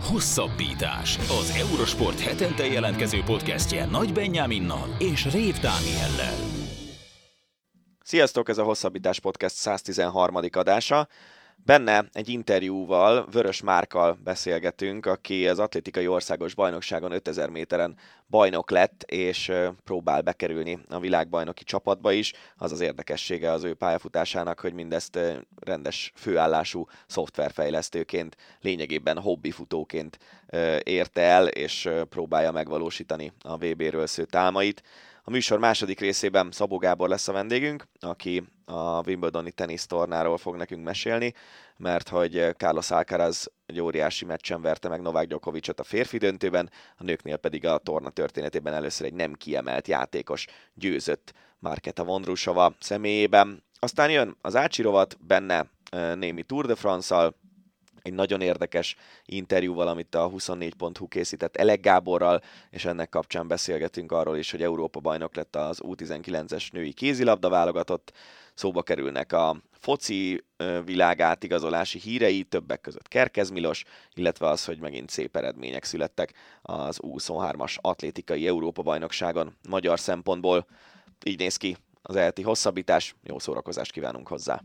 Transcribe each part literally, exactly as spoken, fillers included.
Hosszabbítás, az Eurosport hetente jelentkező podcastje Nagy Benyáminnal és Rév Dániellel. Sziasztok, ez a Hosszabbítás podcast száztizenharmadik adása. Benne egy interjúval, Vörös Márkkal beszélgetünk, aki az atlétikai országos bajnokságon ötezer méteren bajnok lett, és próbál bekerülni a világbajnoki csapatba is. Az az érdekessége az ő pályafutásának, hogy mindezt rendes főállású szoftverfejlesztőként, lényegében hobbifutóként érte el, és próbálja megvalósítani a vé bé-ről szőtt álmait. A műsor második részében Szabó Gábor lesz a vendégünk, aki a Wimbledoni tenisztornáról fog nekünk mesélni, mert hogy Carlos Alcaraz egy óriási meccsen verte meg Novák Djokovicot a férfi döntőben, a nőknél pedig a torna történetében először egy nem kiemelt játékos győzött Marketa Vondrusova személyében. Aztán jön az Ácsi rovat, benne némi Tour de France-szal, egy nagyon érdekes interjúval, amit a huszonnégy pont hu készített Elek Gáborral, és ennek kapcsán beszélgetünk arról is, hogy Európa bajnok lett az U tizenkilences női kézilabda válogatott, szóba kerülnek a foci világ átigazolási hírei, többek között Kerkez Milos, illetve az, hogy megint szép eredmények születtek az U huszonhármas atlétikai Európa bajnokságon magyar szempontból. Így néz ki az elti hosszabbítás, jó szórakozást kívánunk hozzá!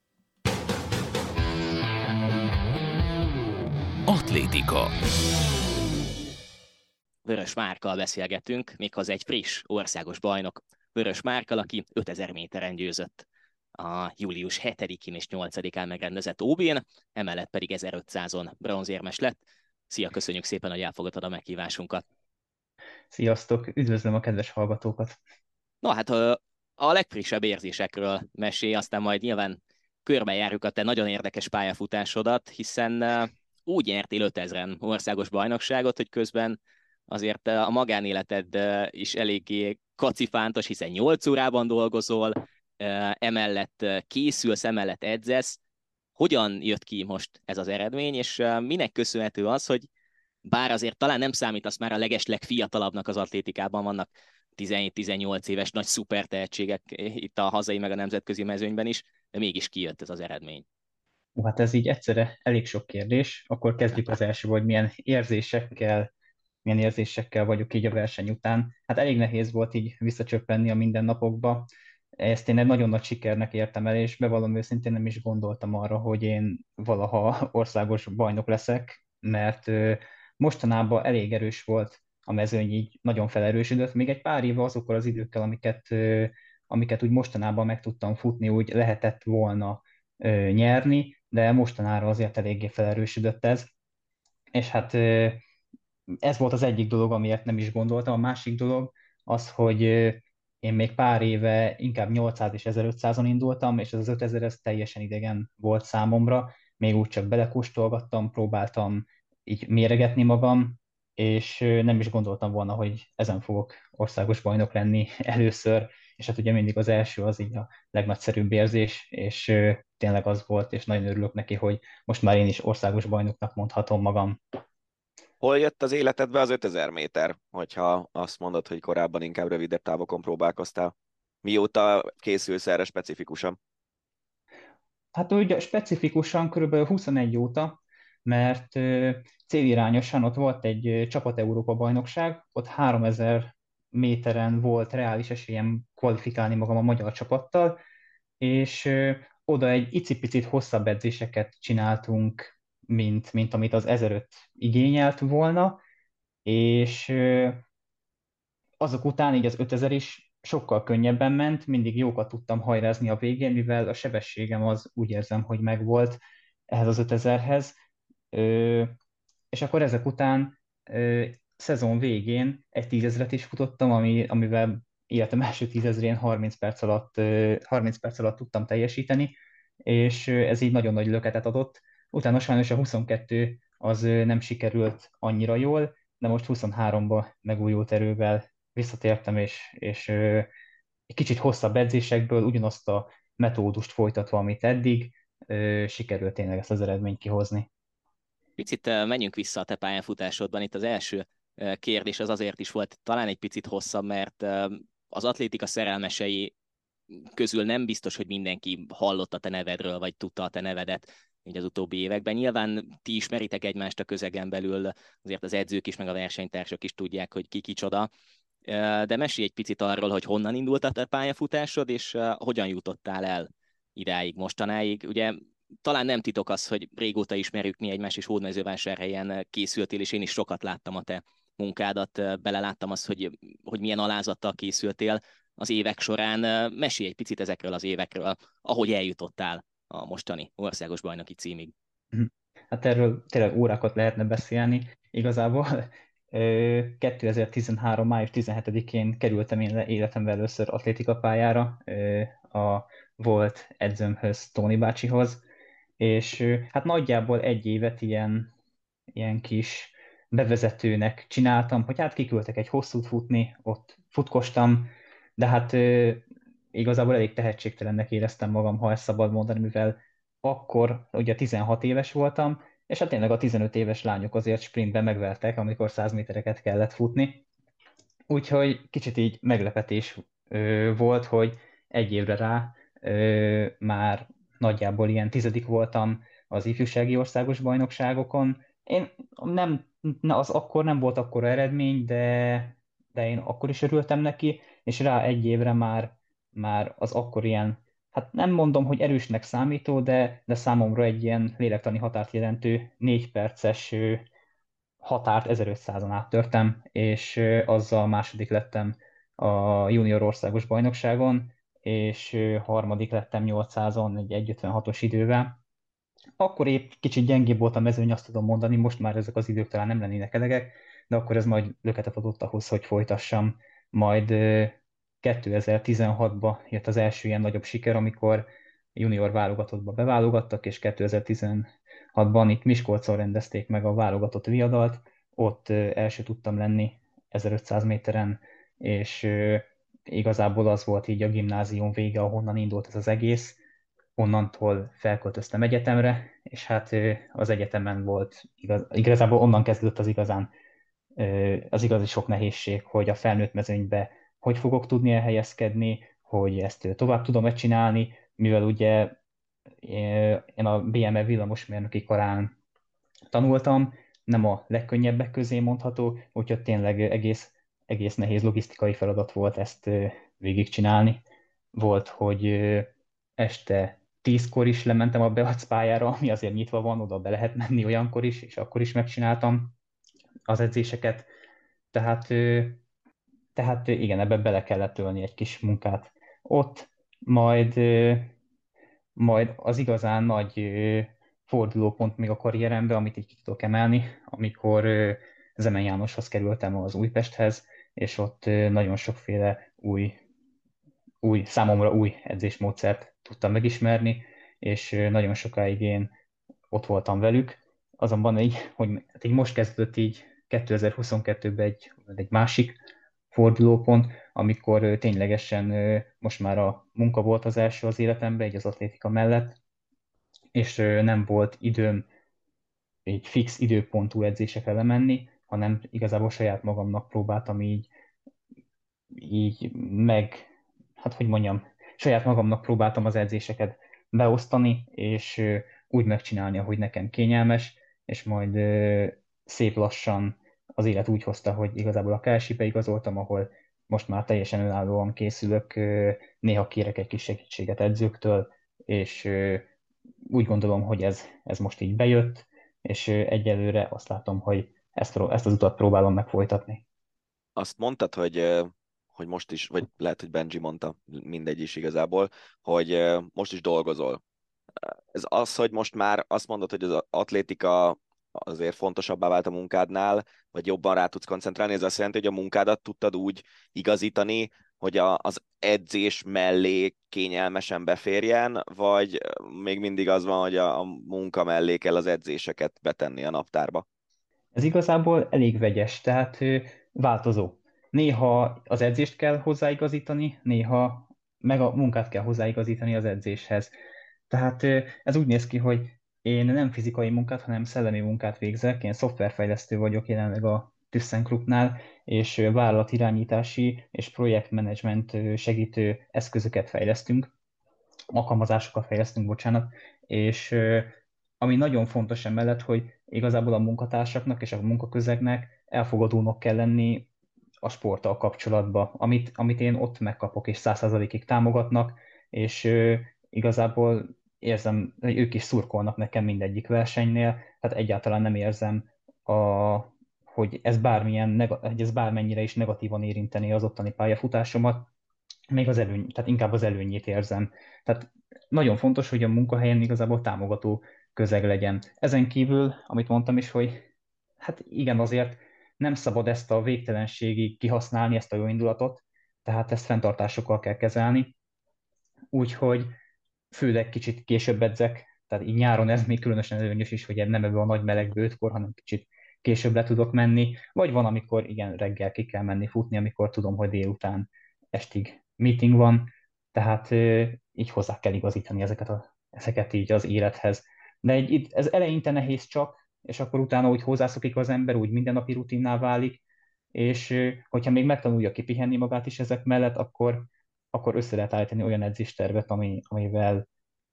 Atlétika. Vörös Márkkal beszélgetünk, méghozzá egy friss országos bajnok. Vörös Márkkal, aki ötezer méteren győzött a július hetedikén és nyolcadikán megrendezett ó bén, emellett pedig ezerötszázon bronzérmes lett. Szia, köszönjük szépen, hogy elfogadtad a meghívásunkat. Sziasztok, üdvözlöm a kedves hallgatókat. Na hát a legfrissebb érzésekről mesélj, aztán majd nyilván körbejárjuk a te nagyon érdekes pályafutásodat, hiszen úgy nyertél ötezren országos bajnokságot, hogy közben azért a magánéleted is eléggé kacifántos, hiszen nyolc órában dolgozol, emellett készülsz, emellett edzesz. Hogyan jött ki most ez az eredmény, és minek köszönhető az, hogy bár azért talán nem számítasz már a legesleg fiatalabbnak az atlétikában, vannak tizenhét-tizennyolc éves nagy szuper tehetségek itt a hazai meg a nemzetközi mezőnyben is, de mégis kijött ez az eredmény. Hát ez így egyszerre elég sok kérdés. Akkor kezdjük az első, hogy milyen érzésekkel, milyen érzésekkel vagyok így a verseny után. Hát elég nehéz volt így visszacsöppenni a mindennapokba. Ezt én egy nagyon nagy sikernek értem el, és bevallom őszintén nem is gondoltam arra, hogy én valaha országos bajnok leszek, mert mostanában elég erős volt a mezőny, így nagyon felerősödött. Még egy pár éve azokkal az időkkel, amiket, amiket úgy mostanában meg tudtam futni, úgy lehetett volna nyerni, de mostanára azért eléggé felerősödött ez. És hát ez volt az egyik dolog, amiért nem is gondoltam. A másik dolog az, hogy én még pár éve inkább nyolcszáz és ezerötszázon indultam, és ez az ötezer ez teljesen idegen volt számomra. Még úgy csak belekóstolgattam, próbáltam így méregetni magam, és nem is gondoltam volna, hogy ezen fogok országos bajnok lenni először, és hát ugye mindig az első az így a legnagyszerűbb érzés, és tényleg az volt, és nagyon örülök neki, hogy most már én is országos bajnoknak mondhatom magam. Hol jött az életedbe az ötezer méter, hogyha azt mondod, hogy korábban inkább rövidebb távokon próbálkoztál? Mióta készülsz erre specifikusan? Hát úgy specifikusan körülbelül huszonegy óta, mert célirányosan ott volt egy csapat Európa bajnokság, ott háromezer méteren volt reális esélyem kvalifikálni magam a magyar csapattal, és oda egy icipicit hosszabb edzéseket csináltunk, mint, mint amit az ezeröt igényelt volna, és azok után így az ötezer is sokkal könnyebben ment, mindig jókat tudtam hajrázni a végén, mivel a sebességem az úgy érzem, hogy megvolt ehhez az ötezerhez, és akkor ezek után szezon végén egy tízezret is futottam, ami, amivel életem első tízezrén harminc perc alatt, harminc perc alatt tudtam teljesíteni, és ez így nagyon nagy löketet adott. Utána sajnos a huszonkettő az nem sikerült annyira jól, de most huszonháromba megújult erővel visszatértem, és, és egy kicsit hosszabb edzésekből ugyanazt a metódust folytatva, amit eddig, sikerült tényleg ezt az eredményt kihozni. Picit menjünk vissza a te pályafutásodban. Itt az első kérdés az azért is volt talán egy picit hosszabb, mert az atlétika szerelmesei közül nem biztos, hogy mindenki hallott a te nevedről, vagy tudta a te nevedet. így az utóbbi években. Nyilván ti ismeritek egymást a közegen belül, azért az edzők is, meg a versenytársak is tudják, hogy ki kicsoda. De mesélj egy picit arról, hogy honnan indult a te pályafutásod, és hogyan jutottál el idáig, mostanáig. Ugye talán nem titok az, hogy régóta ismerjük mi egymást, és Hódmezővásárhelyen készültél, és én is sokat láttam a te munkádat, beleláttam azt, hogy, hogy milyen alázattal készültél az évek során. Mesélj egy picit ezekről az évekről, ahogy eljutottál a mostani országos bajnoki címig. Hát erről tényleg órákat lehetne beszélni. Igazából kétezer-tizenhárom. május tizenhetedikén kerültem én életemben először atlétika pályára a volt edzőmhöz, Tóni bácsihoz, és hát nagyjából egy évet ilyen, ilyen kis bevezetőnek csináltam, hogy hát kiküldtek egy hosszút futni, ott futkostam, de hát igazából elég tehetségtelennek éreztem magam, ha ezt szabad mondani, mivel akkor ugye tizenhat éves voltam, és hát tényleg a tizenöt éves lányok azért sprintben megvertek, amikor száz métereket kellett futni. Úgyhogy kicsit így meglepetés ö, volt, hogy egy évre rá ö, már nagyjából ilyen tizedik voltam az ifjúsági országos bajnokságokon. Én nem, na, az akkor nem volt akkora eredmény, de, de én akkor is örültem neki, és rá egy évre már, már az akkor ilyen, hát nem mondom, hogy erősnek számító, de, de számomra egy ilyen lélektani határt jelentő négy perces határt ezerötszázon áttörtem, és azzal második lettem a junior országos bajnokságon, és harmadik lettem nyolcszázon egy egy ötvenhatos idővel. Akkor épp kicsit gyengébb volt a mezőny, azt tudom mondani, most már ezek az idők talán nem lennének elegek, de akkor ez nagy löketet adott ahhoz, hogy folytassam. Majd kétezer-tizenhatban jött az első ilyen nagyobb siker, amikor junior válogatottba beválogattak, és kétezer-tizenhatban itt Miskolcon rendezték meg a válogatott viadalt, ott első tudtam lenni ezerötszáz méteren, és igazából az volt így a gimnázium vége, ahonnan indult ez az egész. Onnantól felköltöztem egyetemre, és hát az egyetemen volt, igaz, igazából onnan kezdődött az igazán, az igazi sok nehézség, hogy a felnőtt mezőnybe hogy fogok tudni elhelyezkedni, hogy ezt tovább tudom-e csinálni, mivel ugye én a bé em e villamosmérnöki karán tanultam, nem a legkönnyebbek közé mondható, úgyhogy tényleg egész, egész nehéz logisztikai feladat volt ezt végigcsinálni. Volt, hogy este tízkor is lementem a Beac pályára, ami azért nyitva van, oda be lehet menni olyankor is, és akkor is megcsináltam az edzéseket. Tehát, tehát igen, ebbe bele kellett ölni egy kis munkát. Ott majd, majd az igazán nagy fordulópont még a karrierembe, amit így ki tudok emelni, amikor Zemen Jánoshoz kerültem az Újpesthez, és ott nagyon sokféle új, új, számomra új edzésmódszert tudtam megismerni, és nagyon sokáig én ott voltam velük. Azonban így, hogy hát így most kezdődött így kétezer-huszonkettőben egy, egy másik fordulópont, amikor ténylegesen most már a munka volt az első az életemben, így az atlétika mellett, és nem volt időm egy fix időpontú edzésekre lemenni, hanem igazából saját magamnak próbáltam így, így meg, hát hogy mondjam, saját magamnak próbáltam az edzéseket beosztani, és úgy megcsinálni, ahogy nekem kényelmes, és majd szép lassan az élet úgy hozta, hogy igazából a ká es i-be igazoltam, ahol most már teljesen önállóan készülök, néha kérek egy kis segítséget edzőktől, és úgy gondolom, hogy ez, ez most így bejött, és egyelőre azt látom, hogy ezt, ezt az utat próbálom megfolytatni. Azt mondtad, hogy, hogy most is, vagy lehet, hogy Benji mondta, mindegy is igazából, hogy most is dolgozol. Ez az, hogy most már azt mondod, hogy az atlétika azért fontosabbá vált a munkádnál, vagy jobban rá tudsz koncentrálni, ez azt jelenti, hogy a munkádat tudtad úgy igazítani, hogy a, az edzés mellé kényelmesen beférjen, vagy még mindig az van, hogy a, a munka mellé kell az edzéseket betenni a naptárba? Ez igazából elég vegyes, tehát változó. Néha az edzést kell hozzáigazítani, néha meg a munkát kell hozzáigazítani az edzéshez. Tehát ez úgy néz ki, hogy én nem fizikai munkát, hanem szellemi munkát végzek. Én szoftverfejlesztő vagyok jelenleg a ThyssenKruppnál, és vállalatirányítási és projektmenedzsment segítő eszközöket fejlesztünk, alkalmazásokat fejlesztünk, bocsánat, és ami nagyon fontos emellett, hogy igazából a munkatársaknak és a munkaközegnek elfogadónak kell lenni a sporttal kapcsolatban, amit, amit én ott megkapok, és száz százalékig támogatnak, és ö, igazából érzem, hogy ők is szurkolnak nekem mindegyik versenynél, tehát egyáltalán nem érzem, a, hogy ez bármilyen, nega- hogy ez bármennyire is negatívan érinteni az ottani pályafutásomat, még az előny, tehát inkább az előnyét érzem. Tehát nagyon fontos, hogy a munkahelyen igazából támogató közeg legyen. Ezen kívül, amit mondtam is, hogy hát igen, azért nem szabad ezt a végtelenségig kihasználni, ezt a jó indulatot, tehát ezt fenntartásokkal kell kezelni. Úgyhogy főleg kicsit később edzek, tehát így nyáron ez még különösen előnyös is, hogy nem ebbe a nagy melegbe ötkor, hanem kicsit később le tudok menni, vagy van, amikor igen, reggel ki kell menni futni, amikor tudom, hogy délután estig meeting van, tehát így hozzá kell igazítani ezeket, a, ezeket így az élethez. De egy, itt, ez eleinte nehéz csak, és akkor utána úgy hozzászokik az ember, úgy mindennapi rutinná válik, és hogyha még megtanulja kipihenni magát is ezek mellett, akkor, akkor össze lehet állítani olyan edzéstervet, ami, amivel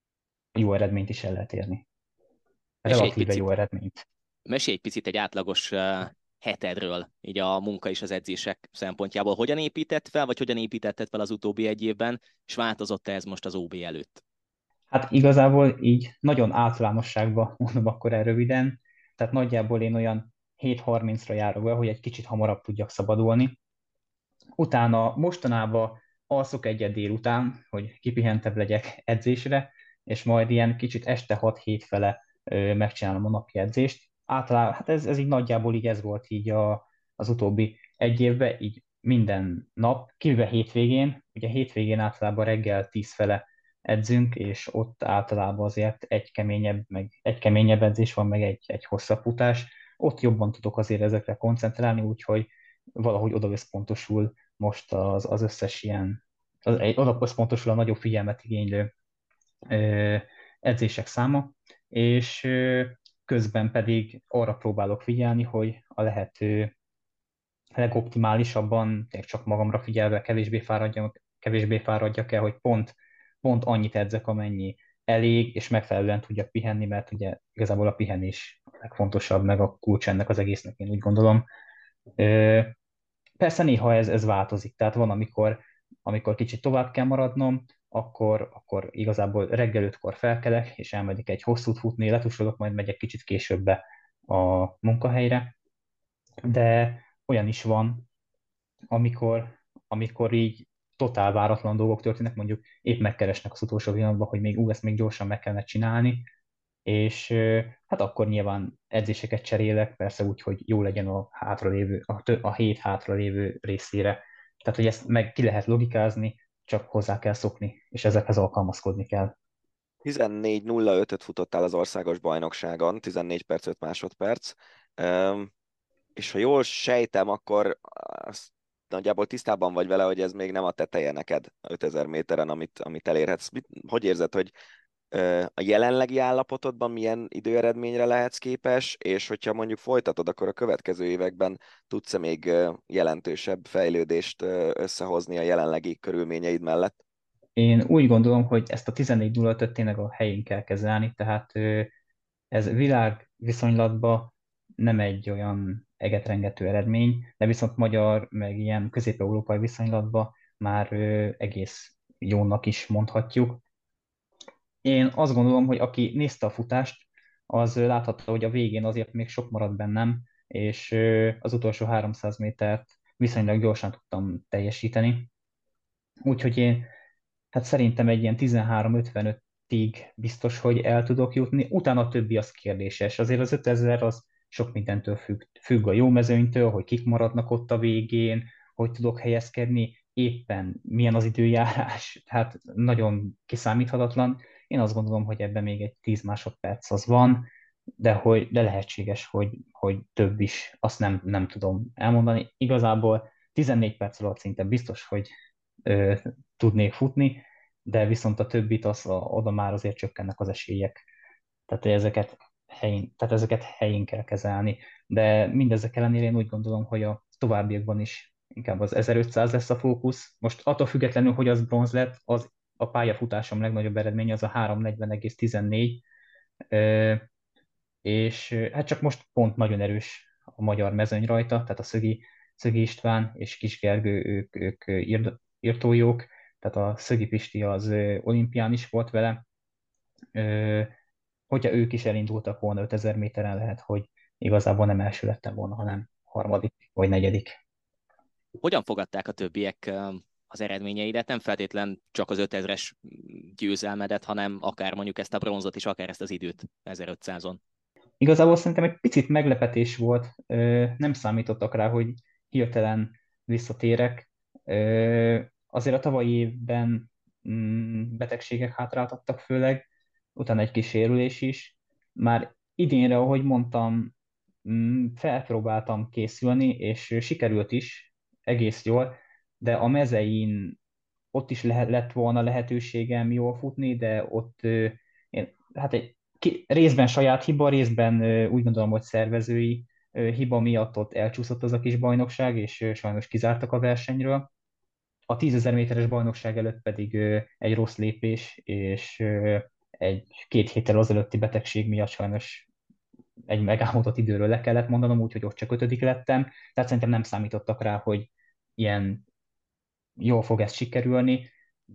jó eredményt is el lehet érni. Mesélj egy Relatíve picit, jó eredményt. mesélj egy picit egy átlagos uh, hetedről, így a munka és az edzések szempontjából. Hogyan épített fel, vagy hogyan építetted fel az utóbbi egy évben, és változott-e ez most az ó bé előtt? Hát igazából így nagyon általánosságban mondom akkor el röviden, tehát nagyjából én olyan hét harmincra járok be, hogy egy kicsit hamarabb tudjak szabadulni. Utána mostanában alszok egyet délután, hogy kipihentebb legyek edzésre, és majd ilyen kicsit este hat-hét fele ö, megcsinálom a napi edzést. Általában, hát ez, ez így nagyjából így ez volt így a, az utóbbi egy évben, így minden nap, kivéve hétvégén, ugye hétvégén általában reggel tíz fele edzünk, és ott általában azért egy keményebb, meg egy keményebb edzés van, meg egy, egy hosszabb futás. Ott jobban tudok azért ezekre koncentrálni, úgyhogy valahogy oda összpontosul most az, az összes ilyen, az, egy oda összpontosul a nagyobb figyelmet igénylő ö, edzések száma, és ö, közben pedig arra próbálok figyelni, hogy a lehető legoptimálisabban, tényleg csak magamra figyelve kevésbé fáradjak, kevésbé fáradjak el, hogy pont, pont annyit edzek, amennyi elég, és megfelelően tudjak pihenni, mert ugye igazából a pihenés a legfontosabb, meg a kulcs ennek az egésznek, én úgy gondolom. Ö, Persze néha ez, ez változik, tehát van, amikor, amikor kicsit tovább kell maradnom, akkor, akkor igazából reggel ötkor felkelek, és elmegyek egy hosszút futni, letussolok, majd megyek kicsit későbbre a munkahelyre, de olyan is van, amikor, amikor így totál váratlan dolgok történnek, mondjuk épp megkeresnek az utolsó pillanatban, hogy még ú, ezt még gyorsan meg kellene csinálni, és ö, hát akkor nyilván edzéseket cserélek, persze úgy, hogy jó legyen a hátralévő, a, tö- a hét hátralévő részére. Tehát, hogy ezt meg ki lehet logikázni, csak hozzá kell szokni, és ezekhez alkalmazkodni kell. tizennégy nulla ötöt futottál az országos bajnokságon, tizennégy perc öt másodperc. Üm, és ha jól sejtem, akkor azt nagyjából tisztában vagy vele, hogy ez még nem a teteje neked ötezer méteren, amit, amit elérhetsz. Mit, hogy érzed, hogy ö, a jelenlegi állapotodban milyen időeredményre lehetsz képes, és hogyha mondjuk folytatod, akkor a következő években tudsz-e még ö, jelentősebb fejlődést ö, összehozni a jelenlegi körülményeid mellett? Én úgy gondolom, hogy ezt a tizennégy nulla ötöt tényleg a helyén kell kezelni, tehát ö, ez világ viszonylatban nem egy olyan egetrengető eredmény, de viszont magyar, meg ilyen közép-európai viszonylatban már ö, egész jónak is mondhatjuk. Én azt gondolom, hogy aki nézte a futást, az láthatta, hogy a végén azért még sok maradt bennem, és ö, az utolsó háromszáz métert viszonylag gyorsan tudtam teljesíteni. Úgyhogy én hát szerintem egy ilyen tizenhárom ötvenötig biztos, hogy el tudok jutni. Utána a többi az kérdéses. Azért az ötezer az sok mindentől függ, függ a jó mezőnytől, hogy kik maradnak ott a végén, hogy tudok helyezkedni, éppen milyen az időjárás, tehát nagyon kiszámíthatatlan. Én azt gondolom, hogy ebben még egy tíz másodperc az van, de, hogy, de lehetséges, hogy, hogy több is, azt nem, nem tudom elmondani. Igazából tizennégy perc alatt szinte biztos, hogy ö, tudnék futni, de viszont a többit az, a, oda már azért csökkennek az esélyek. Tehát ezeket helyén, tehát ezeket helyén kell kezelni. De mindezek ellenére én úgy gondolom, hogy a továbbiakban is inkább az ezerötszáz lesz a fókusz. Most attól függetlenül, hogy az bronz lett, az a pályafutásom legnagyobb eredménye az a háromszáznegyven egész tizennégy. és hát csak most pont nagyon erős a magyar mezőny rajta, tehát a Szögi, Szögi István és Kis Gergő, ők, ők írt, írtójók, tehát a Szögi Pisti az olimpián is volt vele. Hogyha ők is elindultak volna ötezer méteren, lehet, hogy igazából nem első lettem volna, hanem harmadik vagy negyedik. Hogyan fogadták a többiek az eredményeidet? Nem feltétlen csak az ötezres győzelmedet, hanem akár mondjuk ezt a bronzot is, akár ezt az időt ezerötszázon. Igazából szerintem egy picit meglepetés volt, nem számítottak rá, hogy hirtelen visszatérek. Azért a tavalyi évben mm, betegségek hátráltattak főleg, utána egy kis sérülés is. Már idénre, ahogy mondtam, mm, felpróbáltam készülni, és sikerült is egész jól, de a mezein ott is lehet, lett volna lehetőségem jól futni, de ott én, hát egy ki, részben saját hiba, részben úgy gondolom, hogy szervezői hiba miatt ott elcsúszott az a kis bajnokság, és sajnos kizártak a versenyről. A tízezer méteres bajnokság előtt pedig egy rossz lépés, és egy két héttel azelőtti betegség miatt sajnos egy megálmodott időről le kellett mondanom, úgyhogy ott csak ötödik lettem. Tehát szerintem nem számítottak rá, hogy ilyen jól fog ez sikerülni,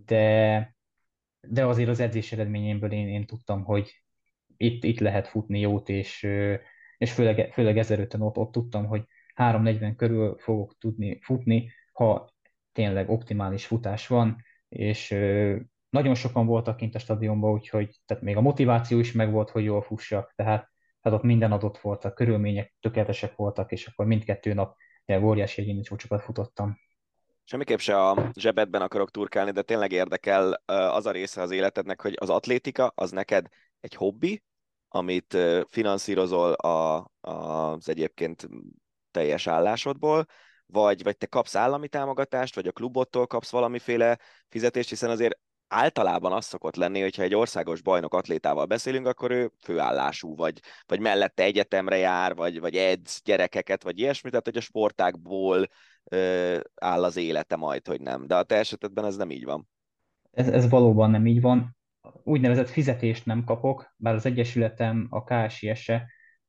de, de azért az edzés eredményémből én, én tudtam, hogy itt, itt lehet futni jót, és, és főleg, főleg ezeröten ott, ott tudtam, hogy három negyven körül fogok tudni futni, ha tényleg optimális futás van, és nagyon sokan voltak kint a stadionban, úgyhogy tehát még a motiváció is megvolt, hogy jól fussak, tehát, tehát ott minden adott volt, a körülmények tökéletesek voltak, és akkor mindkettő nap de óriási egyéni csúcsokat futottam. Semmiképp se a zsebedben akarok turkálni, de tényleg érdekel az a része az életednek, hogy az atlétika az neked egy hobbi, amit finanszírozol a, az egyébként teljes állásodból, vagy, vagy te kapsz állami támogatást, vagy a klubottól kapsz valamiféle fizetést, hiszen azért általában az szokott lenni, hogyha egy országos bajnok atlétával beszélünk, akkor ő főállású, vagy, vagy mellette egyetemre jár, vagy, vagy edz gyerekeket, vagy ilyesmi, tehát hogy a sportákból ö, áll az élete majd, hogy nem. De a te esetedben ez nem így van. Ez, ez valóban nem így van. Úgynevezett fizetést nem kapok, bár az Egyesületem, a ká es i es-e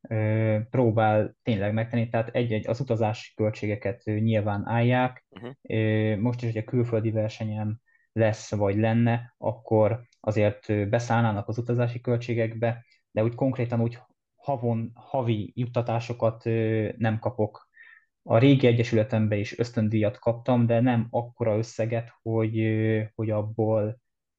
ö, próbál tényleg megtenni, tehát egy-egy az utazási költségeket ö, nyilván állják. Uh-huh. Ö, most is, hogy a külföldi versenyem lesz vagy lenne, akkor azért ö, beszállnának az utazási költségekbe, de úgy konkrétan úgy havon, havi juttatásokat ö, nem kapok. A régi egyesületemben is ösztöndíjat kaptam, de nem akkora összeget, hogy, ö, hogy abból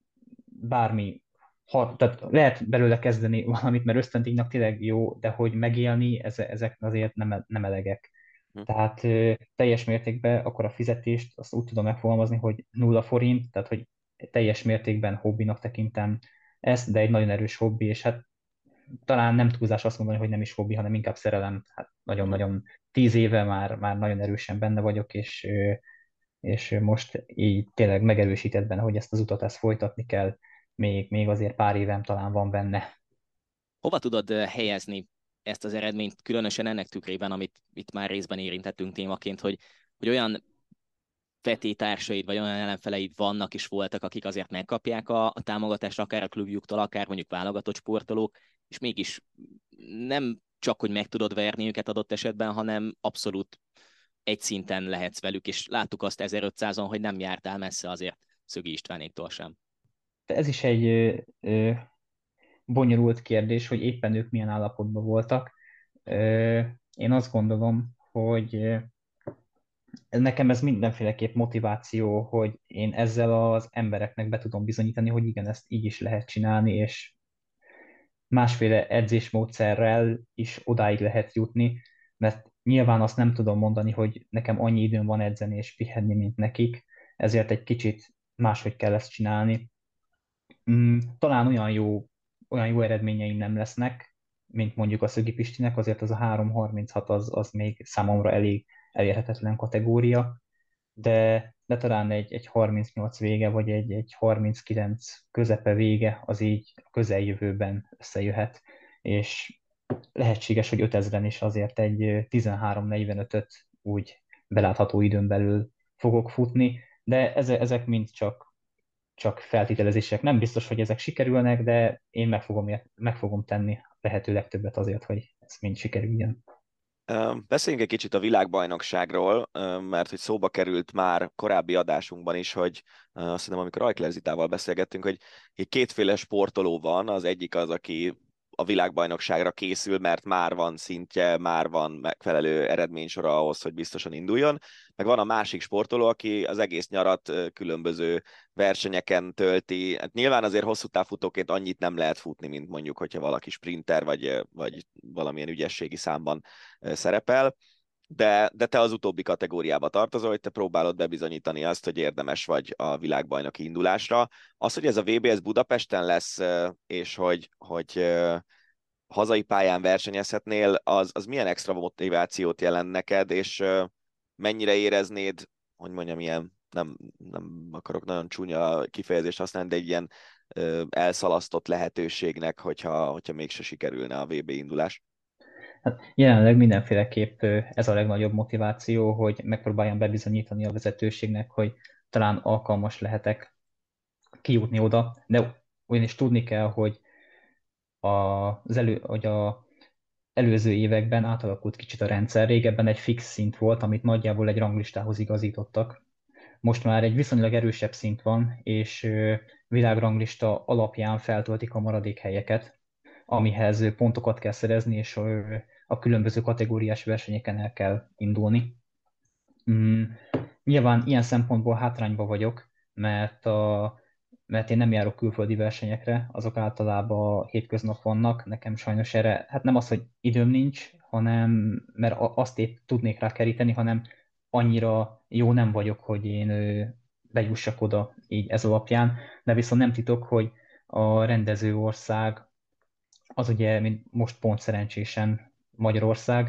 bármi, ha, tehát lehet belőle kezdeni valamit, mert ösztöndíjnak tényleg jó, de hogy megélni, ez, ezek azért nem, nem elegek. Hm. Tehát ö, teljes mértékben akkor a fizetést azt úgy tudom megfogalmazni, hogy nulla forint, tehát hogy teljes mértékben hobbinak tekintem ezt, de egy nagyon erős hobbi, és hát talán nem túlzás azt mondani, hogy nem is hobbi, hanem inkább szerelem. Hát nagyon-nagyon tíz éve már, már nagyon erősen benne vagyok, és ö, és most így tényleg megerősített benne, hogy ezt az utat ezt folytatni kell, még, még azért pár évem talán van benne. Hova tudod helyezni ezt az eredményt, különösen ennek tükrében, amit itt már részben érintettünk témaként, hogy, hogy olyan vetétársaid, vagy olyan ellenfeleid vannak és voltak, akik azért megkapják a, a támogatást, akár a klubjuktól, akár mondjuk válogatott sportolók, és mégis nem csak, hogy meg tudod verni őket adott esetben, hanem abszolút egy szinten lehetsz velük, és láttuk azt ezerötszázon, hogy nem jártál messze azért Szögi Istvánéktól sem. De ez is egy ö, ö, bonyolult kérdés, hogy éppen ők milyen állapotban voltak. Ö, én azt gondolom, hogy ö, nekem ez mindenféleképp motiváció, hogy én ezzel az embereknek be tudom bizonyítani, hogy igen, ezt így is lehet csinálni, és másféle edzésmódszerrel is odáig lehet jutni, mert nyilván azt nem tudom mondani, hogy nekem annyi időm van edzeni és pihenni, mint nekik, ezért egy kicsit máshogy kell ezt csinálni. Mm, Talán olyan jó, olyan jó eredményeim nem lesznek, mint mondjuk a Szögi Pistinek, azért az a három harminchat az, az még számomra elég elérhetetlen kategória, de, de talán egy, egy harmincnyolc vége, vagy egy, egy harminckilenc közepe vége, az így a közeljövőben összejöhet, és lehetséges, hogy ötezren is azért egy tizenhárom negyvenötöt úgy belátható időn belül fogok futni, de ezek, ezek mind csak csak feltételezések. Nem biztos, hogy ezek sikerülnek, de én meg fogom, meg fogom tenni lehető legtöbbet azért, hogy ez mind sikerüljön. Beszéljünk egy kicsit a világbajnokságról, mert hogy szóba került már korábbi adásunkban is, hogy azt hiszem, amikor Ajkler Zitával beszélgettünk, hogy kétféle sportoló van, az egyik az, aki a világbajnokságra készül, mert már van szintje, már van megfelelő eredménysora ahhoz, hogy biztosan induljon, meg van a másik sportoló, aki az egész nyarat különböző versenyeken tölti. Hát nyilván azért hosszú távfutóként annyit nem lehet futni, mint mondjuk, hogyha valaki sprinter, vagy, vagy valamilyen ügyességi számban szerepel, de, de te az utóbbi kategóriába tartozol, hogy te próbálod bebizonyítani azt, hogy érdemes vagy a világbajnoki indulásra. Az, hogy ez a vé bé ez Budapesten lesz, és hogy, hogy hazai pályán versenyezhetnél, az, az milyen extra motivációt jelent neked, és mennyire éreznéd, hogy mondjam, ilyen, nem, nem akarok nagyon csúnya kifejezést használni, de egy ilyen elszalasztott lehetőségnek, hogyha, hogyha mégse sikerülne a vé bé indulás? Hát jelenleg mindenféleképp ez a legnagyobb motiváció, hogy megpróbáljam bebizonyítani a vezetőségnek, hogy talán alkalmas lehetek kijutni oda, de ugyanis tudni kell, hogy az elő, hogy a előző években átalakult kicsit a rendszer. Régebben egy fix szint volt, amit nagyjából egy ranglistához igazítottak. Most már egy viszonylag erősebb szint van, és világranglista alapján feltöltik a maradék helyeket, amihez pontokat kell szerezni, és a különböző kategóriás versenyeken el kell indulni. Mm, nyilván ilyen szempontból hátrányba vagyok, mert, a, mert én nem járok külföldi versenyekre, azok általában hétköznap vannak, nekem sajnos erre, hát nem az, hogy időm nincs, hanem mert azt épp tudnék rá keríteni, hanem annyira jó nem vagyok, hogy én bejussak oda így ez alapján, de viszont nem titok, hogy a rendező ország, az ugye, mint most pont szerencsésen Magyarország,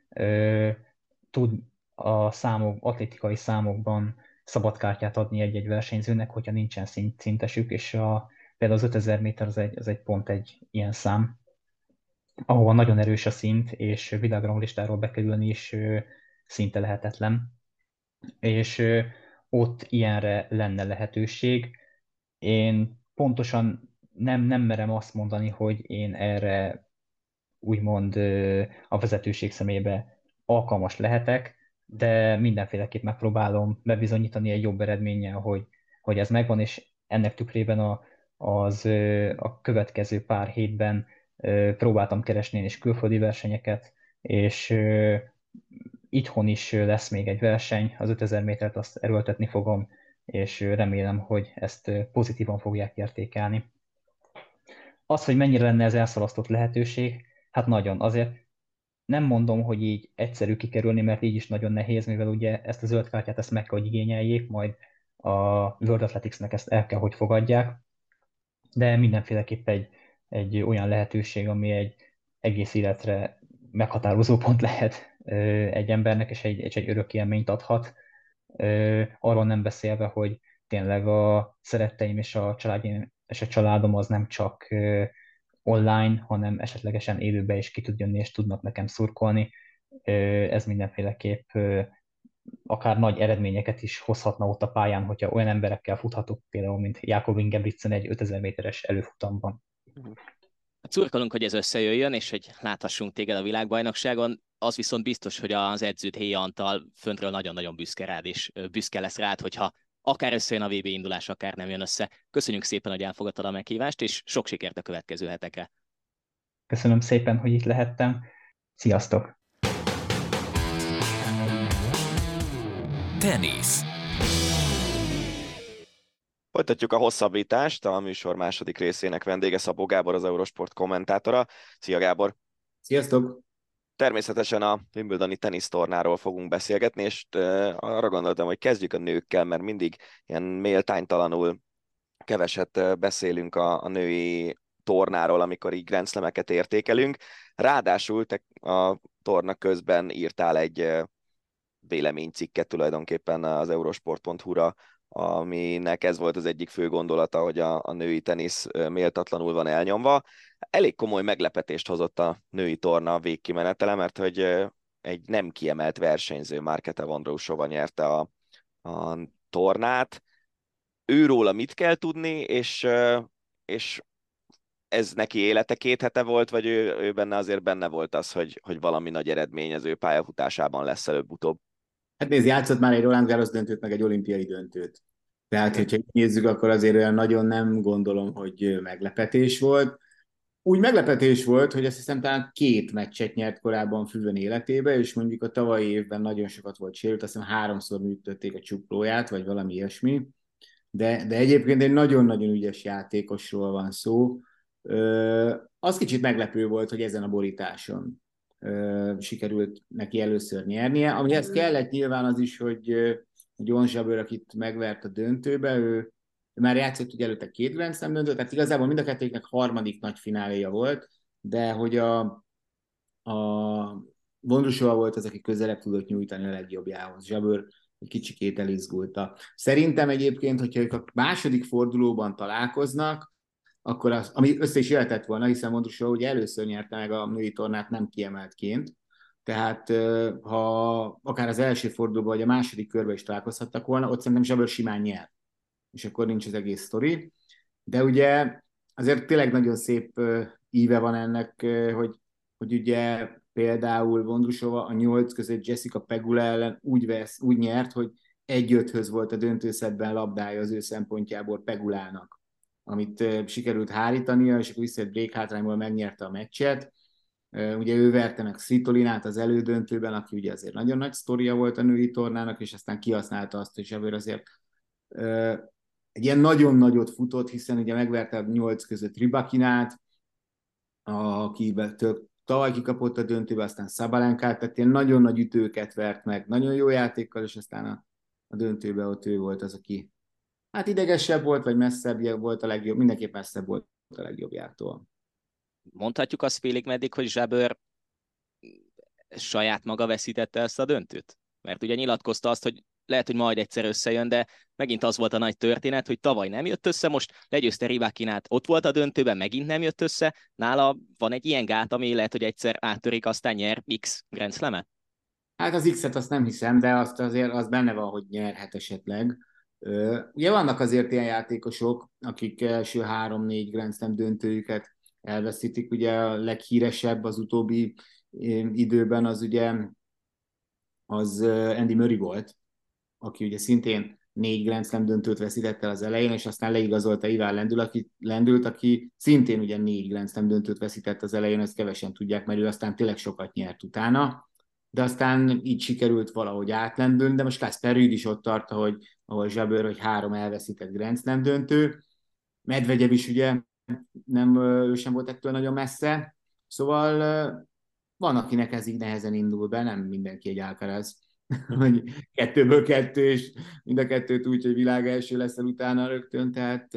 tud a számok, atlétikai számokban szabadkártyát adni egy-egy versenyzőnek, hogyha nincsen szint, szintesük, és a, például az ötezer méter az egy, az egy pont egy ilyen szám, ahova nagyon erős a szint, és világranglistáról bekerülni is szinte lehetetlen. És ott ilyenre lenne lehetőség. Én pontosan nem, nem merem azt mondani, hogy én erre úgymond a vezetőség szemébe alkalmas lehetek, de mindenféleképp megpróbálom bebizonyítani egy jobb eredménnyel, hogy, hogy ez megvan, és ennek tükrében a, az, a következő pár hétben próbáltam keresni én is külföldi versenyeket, és itthon is lesz még egy verseny, az ötezer métert azt erőltetni fogom, és remélem, hogy ezt pozitívan fogják értékelni. Az, hogy mennyire lenne ez elszalasztott lehetőség, hát nagyon. Azért nem mondom, hogy így egyszerű kikerülni, mert így is nagyon nehéz, mivel ugye ezt a zöld kártyát ezt meg kell, hogy igényeljék, majd a World Athleticsnek ezt el kell, hogy fogadják, de mindenféleképp egy, egy olyan lehetőség, ami egy egész életre meghatározó pont lehet egy embernek, és egy, és egy örök élményt adhat. Arról nem beszélve, hogy tényleg a szeretteim és a családom, és a családom az nem csak online, hanem esetlegesen élőbe is ki tud jönni, és tudnak nekem szurkolni. Ez mindenféleképp akár nagy eredményeket is hozhatna ott a pályán, hogyha olyan emberekkel futhatok, például, mint Jakob Ingebrigtsen egy ötezer méteres előfutamban. Szurkolunk, hogy ez összejöjjön, és hogy láthassunk téged a világbajnokságon. Az viszont biztos, hogy az edződ Héja Antal föntről nagyon-nagyon büszke rád, és büszke lesz rád, hogyha akár összejön a vé bé indulás, akár nem jön össze. Köszönjük szépen, hogy elfogadtad a meghívást, és sok sikert a következő hetekre. Köszönöm szépen, hogy itt lehettem. Sziasztok! Tenisz. Folytatjuk a hosszabbítást, a műsor második részének vendége Szabó Gábor, az Eurosport kommentátora. Szia Gábor! Sziasztok! Természetesen a Wimbledoni tenisztornáról fogunk beszélgetni, és arra gondoltam, hogy kezdjük a nőkkel, mert mindig ilyen méltánytalanul keveset beszélünk a, a női tornáról, amikor így Grand Slameket értékelünk. Ráadásul te a torna közben írtál egy véleménycikket tulajdonképpen az eurosport pont hu-ra, aminek ez volt az egyik fő gondolata, hogy a, a női tenisz méltatlanul van elnyomva. Elég komoly meglepetést hozott a női torna végkimenetele, mert hogy egy nem kiemelt versenyző, Marketa Vondrousova nyerte a, a tornát. őróla mit kell tudni, és, és ez neki élete két hete volt, vagy ő, ő benne azért benne volt az, hogy, hogy valami nagy eredmény az ő pályafutásában lesz előbb-utóbb? Hát nézd, játszott már egy Roland Garros döntőt, meg egy olimpiai döntőt. Tehát, Igen. hogyha nézzük, akkor azért olyan nagyon nem gondolom, hogy meglepetés volt. Úgy meglepetés volt, hogy azt hiszem talán két meccset nyert korábban Füven életébe, és mondjuk a tavalyi évben nagyon sokat volt sérült, azt hiszem háromszor műtötték a csuklóját, vagy valami ilyesmi. De, de egyébként egy nagyon-nagyon ügyes játékosról van szó. Ö, az kicsit meglepő volt, hogy ezen a borításon ö, sikerült neki először nyernie. Amihez kellett nyilván az is, hogy John Jabeur, akit megvert a döntőbe, ő, ő már játszott ugye előtte két Grand Slam döntőt, tehát igazából mind a kettőknek harmadik nagy fináléja volt, de hogy a, a Vondrousova volt az, aki közelebb tudott nyújtani a legjobbjához. Jabeur egy kicsikét elizgulta. Szerintem egyébként, hogyha ők a második fordulóban találkoznak, akkor az, ami össze is jöhetett volna, hiszen Vondrousova ugye először nyerte meg a női tornát nem kiemeltként, tehát ha akár az első fordulóban, vagy a második körben is találkozhattak volna, ott szerintem Jabeur simán nyer, és akkor nincs az egész sztori. De ugye azért tényleg nagyon szép íve van ennek, hogy, hogy ugye például Vondrousova a nyolc között Jessica Pegula ellen úgy, vesz, úgy nyert, hogy egy-öthöz volt a döntőszetben labdája az ő szempontjából Pegulának, amit sikerült hárítania, és akkor visszajött break hátrányból, megnyerte a meccset. Ugye ő verte meg Svitolinát az elődöntőben, aki ugye azért nagyon nagy sztoria volt a női tornának, és aztán kihasználta azt, hogy Jabeur azért egy ilyen nagyon nagyot futott, hiszen ugye megverte a nyolc között Rybakinát, akitől tavaly kikapott a döntőbe, aztán Szabalenkát, tehát ilyen nagyon nagy ütőket vert meg, nagyon jó játékkal, és aztán a, a döntőbe ott ő volt az, aki hát idegesebb volt, vagy messzebb volt a legjobb, mindenképp messzebb volt a legjobbjától. Mondhatjuk azt félig meddig, hogy Jabeur saját maga veszítette ezt a döntőt? Mert ugye nyilatkozta azt, hogy lehet, hogy majd egyszer összejön, de megint az volt a nagy történet, hogy tavaly nem jött össze, most legyőzte Rybakinát, ott volt a döntőben, megint nem jött össze, nála van egy ilyen gát, ami lehet, hogy egyszer áttörik, aztán nyer X Grand Slam-et? Hát az X-et azt nem hiszem, de azt azért az benne van, hogy nyerhet esetleg. Ugye vannak azért ilyen játékosok, akik első három-négy Grand Slam döntőjüket elveszítik, ugye a leghíresebb az utóbbi időben az ugye az Andy Murray volt, aki ugye szintén négy Grand Slam döntőt veszített el az elején, és aztán leigazolta Ivan Lendl, aki, Lendült, aki szintén ugye négy Grand Slam döntőt veszített az elején, ezt kevesen tudják, mert ő aztán tényleg sokat nyert utána, de aztán így sikerült valahogy átlendülni, de most Casper Ruud is ott tart, ahogy, ahol Jabeur, hogy három elveszített Grand Slam döntő, Medvegyev is ugye nem, ő sem volt ettől nagyon messze, szóval van, akinek ez így nehezen indul be, nem mindenki egy Alcaraz, hogy kettőből kettő, és mind a kettőt úgy, hogy világ első leszel utána rögtön, tehát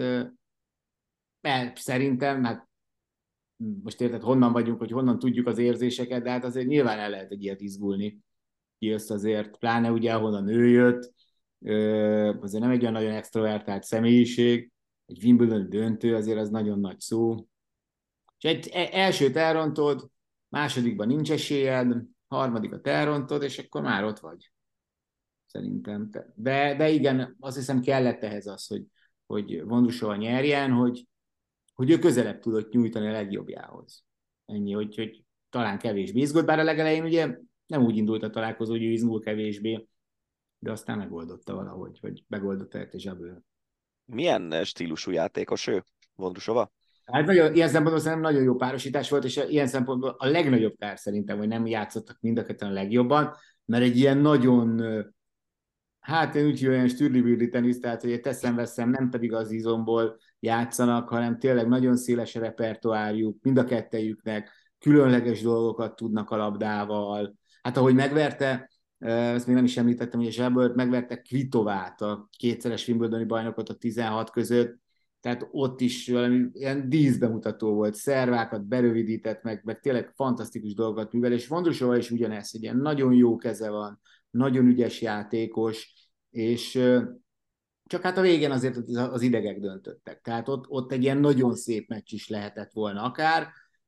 mert szerintem, hát most érted, honnan vagyunk, hogy honnan tudjuk az érzéseket, de hát azért nyilván el lehet egy ilyet izgulni. Jössz azért, pláne ugye, ahonnan ő jött, azért nem egy olyan nagyon extrovertált személyiség, egy Wimbledon döntő azért az nagyon nagy szó. És egy elsőt elrontod, másodikban nincs esélyed, harmadikat elrontod, és akkor már ott vagy. Szerintem. De, de igen, azt hiszem kellett ehhez az, hogy, hogy Vondrousova nyerjen, hogy, hogy ő közelebb tudott nyújtani a legjobbjához. Ennyi, hogy, hogy talán kevésbé izgult, bár a legelején ugye nem úgy indult a találkozó, hogy ő izgul kevésbé, de aztán megoldotta valahogy, hogy megoldotta ezt a Jabeur. Milyen stílusú játékos ő, Vondrousova? Hát nagyon, ilyen szempontból szerintem nagyon jó párosítás volt, és ilyen szempontból a legnagyobb kár szerintem, hogy nem játszottak mind a ketten a legjobban, mert egy ilyen nagyon, hát én úgy olyan stürli tenisz, tehát hogy teszem-veszem, nem pedig az izomból játszanak, hanem tényleg nagyon széles a repertoárjuk, mind a kettejüknek, különleges dolgokat tudnak a labdával. Hát ahogy megverte, ezt még nem is említettem, hogy a Jabeur megverte Kvitovát, a kétszeres Wimbledoni bajnokot a tizenhat között, tehát ott is valami ilyen díszbemutató volt, szervákat berövidített, meg, meg tényleg fantasztikus dolgokat művel, és Vondrousova is ugyanez, hogy ilyen nagyon jó keze van, nagyon ügyes játékos, és csak hát a végén azért az idegek döntöttek. Tehát ott, ott egy ilyen nagyon szép meccs is lehetett volna akár,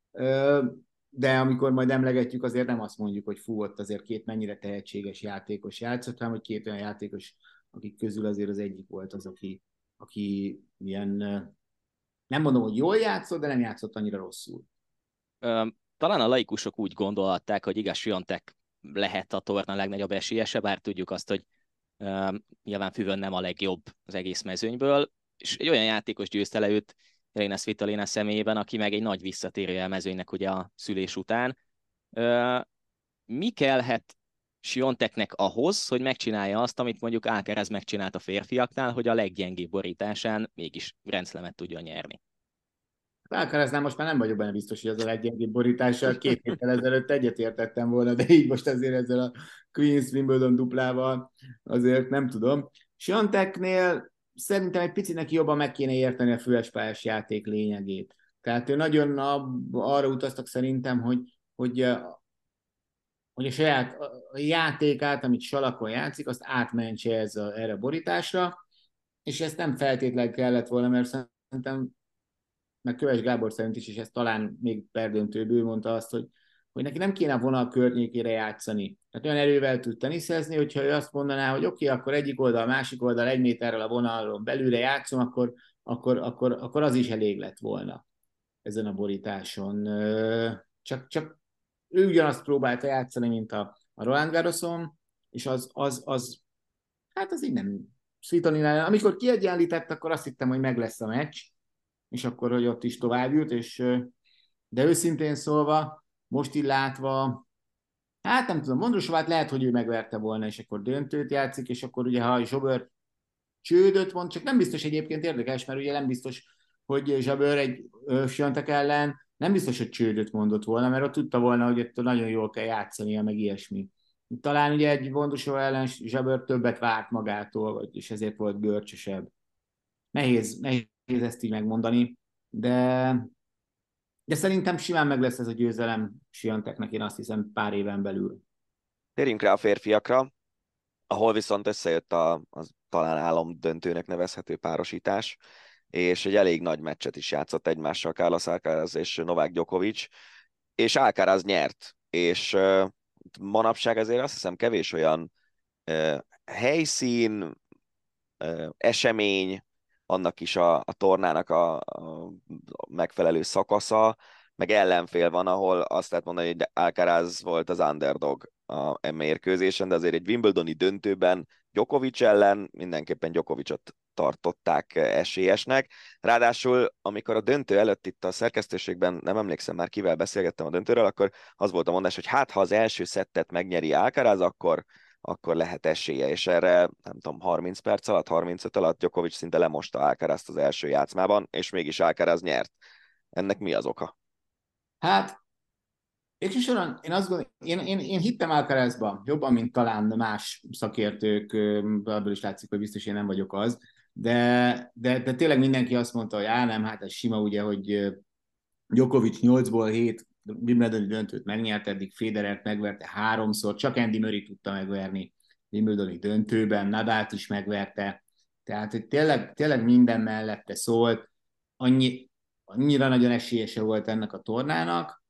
de amikor majd emlegetjük, azért nem azt mondjuk, hogy fú, ott azért két mennyire tehetséges játékos játszott, hanem hogy két olyan játékos, akik közül azért az egyik volt az, aki, aki ilyen, nem mondom, hogy jól játszott, de nem játszott annyira rosszul. Talán a laikusok úgy gondolhatták, hogy igaz, Swiatek lehet a torna legnagyobb esélyese, bár tudjuk azt, hogy uh, nyilván Füvön nem a legjobb az egész mezőnyből, és egy olyan játékos győzte le őt Elina Svitolina személyében, aki meg egy nagy visszatérője a mezőnynek ugye a szülés után. Uh, mi kellhet Swiateknek ahhoz, hogy megcsinálja azt, amit mondjuk Alcaraz megcsinált a férfiaknál, hogy a leggyengébb borításán mégis Grand Slamet tudjon nyerni? Alcaraznál most már nem vagyok benne biztos, hogy az a leggyengébb borítással. Két héttel ezelőtt egyetértettem volna, de így most azért ezzel a Queen's Wimbledon duplával azért nem tudom. Swiateknél szerintem egy picit neki jobban meg kéne érteni a fülespályás játék lényegét. Tehát ő nagyon arra utaztak szerintem, hogy, hogy, hogy a saját a játékát, amit salakon játszik, azt átmentse ez a, erre a borításra, és ezt nem feltétlenül kellett volna, mert szerintem meg Köves Gábor szerint is, és ez talán még perdöntőből mondta azt, hogy, hogy neki nem kéne a vonal környékére játszani. Tehát olyan erővel tud teniszezni, hogyha ő azt mondaná, hogy oké, okay, akkor egyik oldal, másik oldal egy méterrel a vonalon belülre játszom, akkor, akkor, akkor, akkor az is elég lett volna ezen a borításon. Csak, csak ő ugyanazt próbálta játszani, mint a, a Roland Garroson, és az, az, az, hát az így nem Svitolinál. Amikor kiegyenlített, akkor azt hittem, hogy meg lesz a meccs, és akkor, hogy ott is tovább jut, és, de őszintén szólva, most így látva, hát nem tudom, Vondrousovát lehet, hogy ő megverte volna, és akkor döntőt játszik, és akkor ugye, ha Zsobör csődöt mond, csak nem biztos egyébként érdekes, mert ugye nem biztos, hogy Zsobör egy Swiatek ellen nem biztos, hogy csődöt mondott volna, mert ott tudta volna, hogy ott nagyon jól kell játszania, meg ilyesmi. Talán ugye egy Vondrousova ellen Zsobör többet várt magától, és ezért volt görcsösebb. Nehéz, nehéz ezt így megmondani, de, de szerintem simán meg lesz ez a győzelem Swiateknek, én azt hiszem pár éven belül. Térjünk rá a férfiakra, ahol viszont összejött a, a talán álomdöntőnek nevezhető párosítás, és egy elég nagy meccset is játszott egymással Carlos Alcaraz és Novák Djokovic, és Alcaraz nyert, és uh, manapság azért azt hiszem kevés olyan uh, helyszín, uh, esemény, annak is a, a tornának a, a megfelelő szakasza, meg ellenfél van, ahol azt lehet mondani, hogy Alcaraz volt az underdog a mérkőzésen, de azért egy Wimbledoni döntőben Djokovic ellen mindenképpen Djokovicot tartották esélyesnek. Ráadásul, amikor a döntő előtt itt a szerkesztőségben, nem emlékszem már kivel beszélgettem a döntőről, akkor az volt a mondás, hogy hát ha az első szettet megnyeri Alcaraz, akkor akkor lehet esélye, és erre nem tudom, harminc perc alatt, harmincöt alatt Djokovic szinte lemosta Alcarazt az első játszmában, és mégis Alcaraz nyert. Ennek mi az oka? Hát, végsősorban én azt gondolom, én, én, én hittem Alcarazba, jobban, mint talán más szakértők, abból is látszik, hogy biztos én nem vagyok az, de, de, de tényleg mindenki azt mondta, hogy á, nem, hát ez sima ugye, hogy Djokovic nyolcból hét Wimbledoni döntőt megnyert, eddig Federert megverte háromszor, csak Andy Murray tudta megverni Wimbledoni döntőben, Nadalt is megverte, tehát hogy tényleg, tényleg minden mellette szólt, annyi, annyira nagyon esélyese volt ennek a tornának.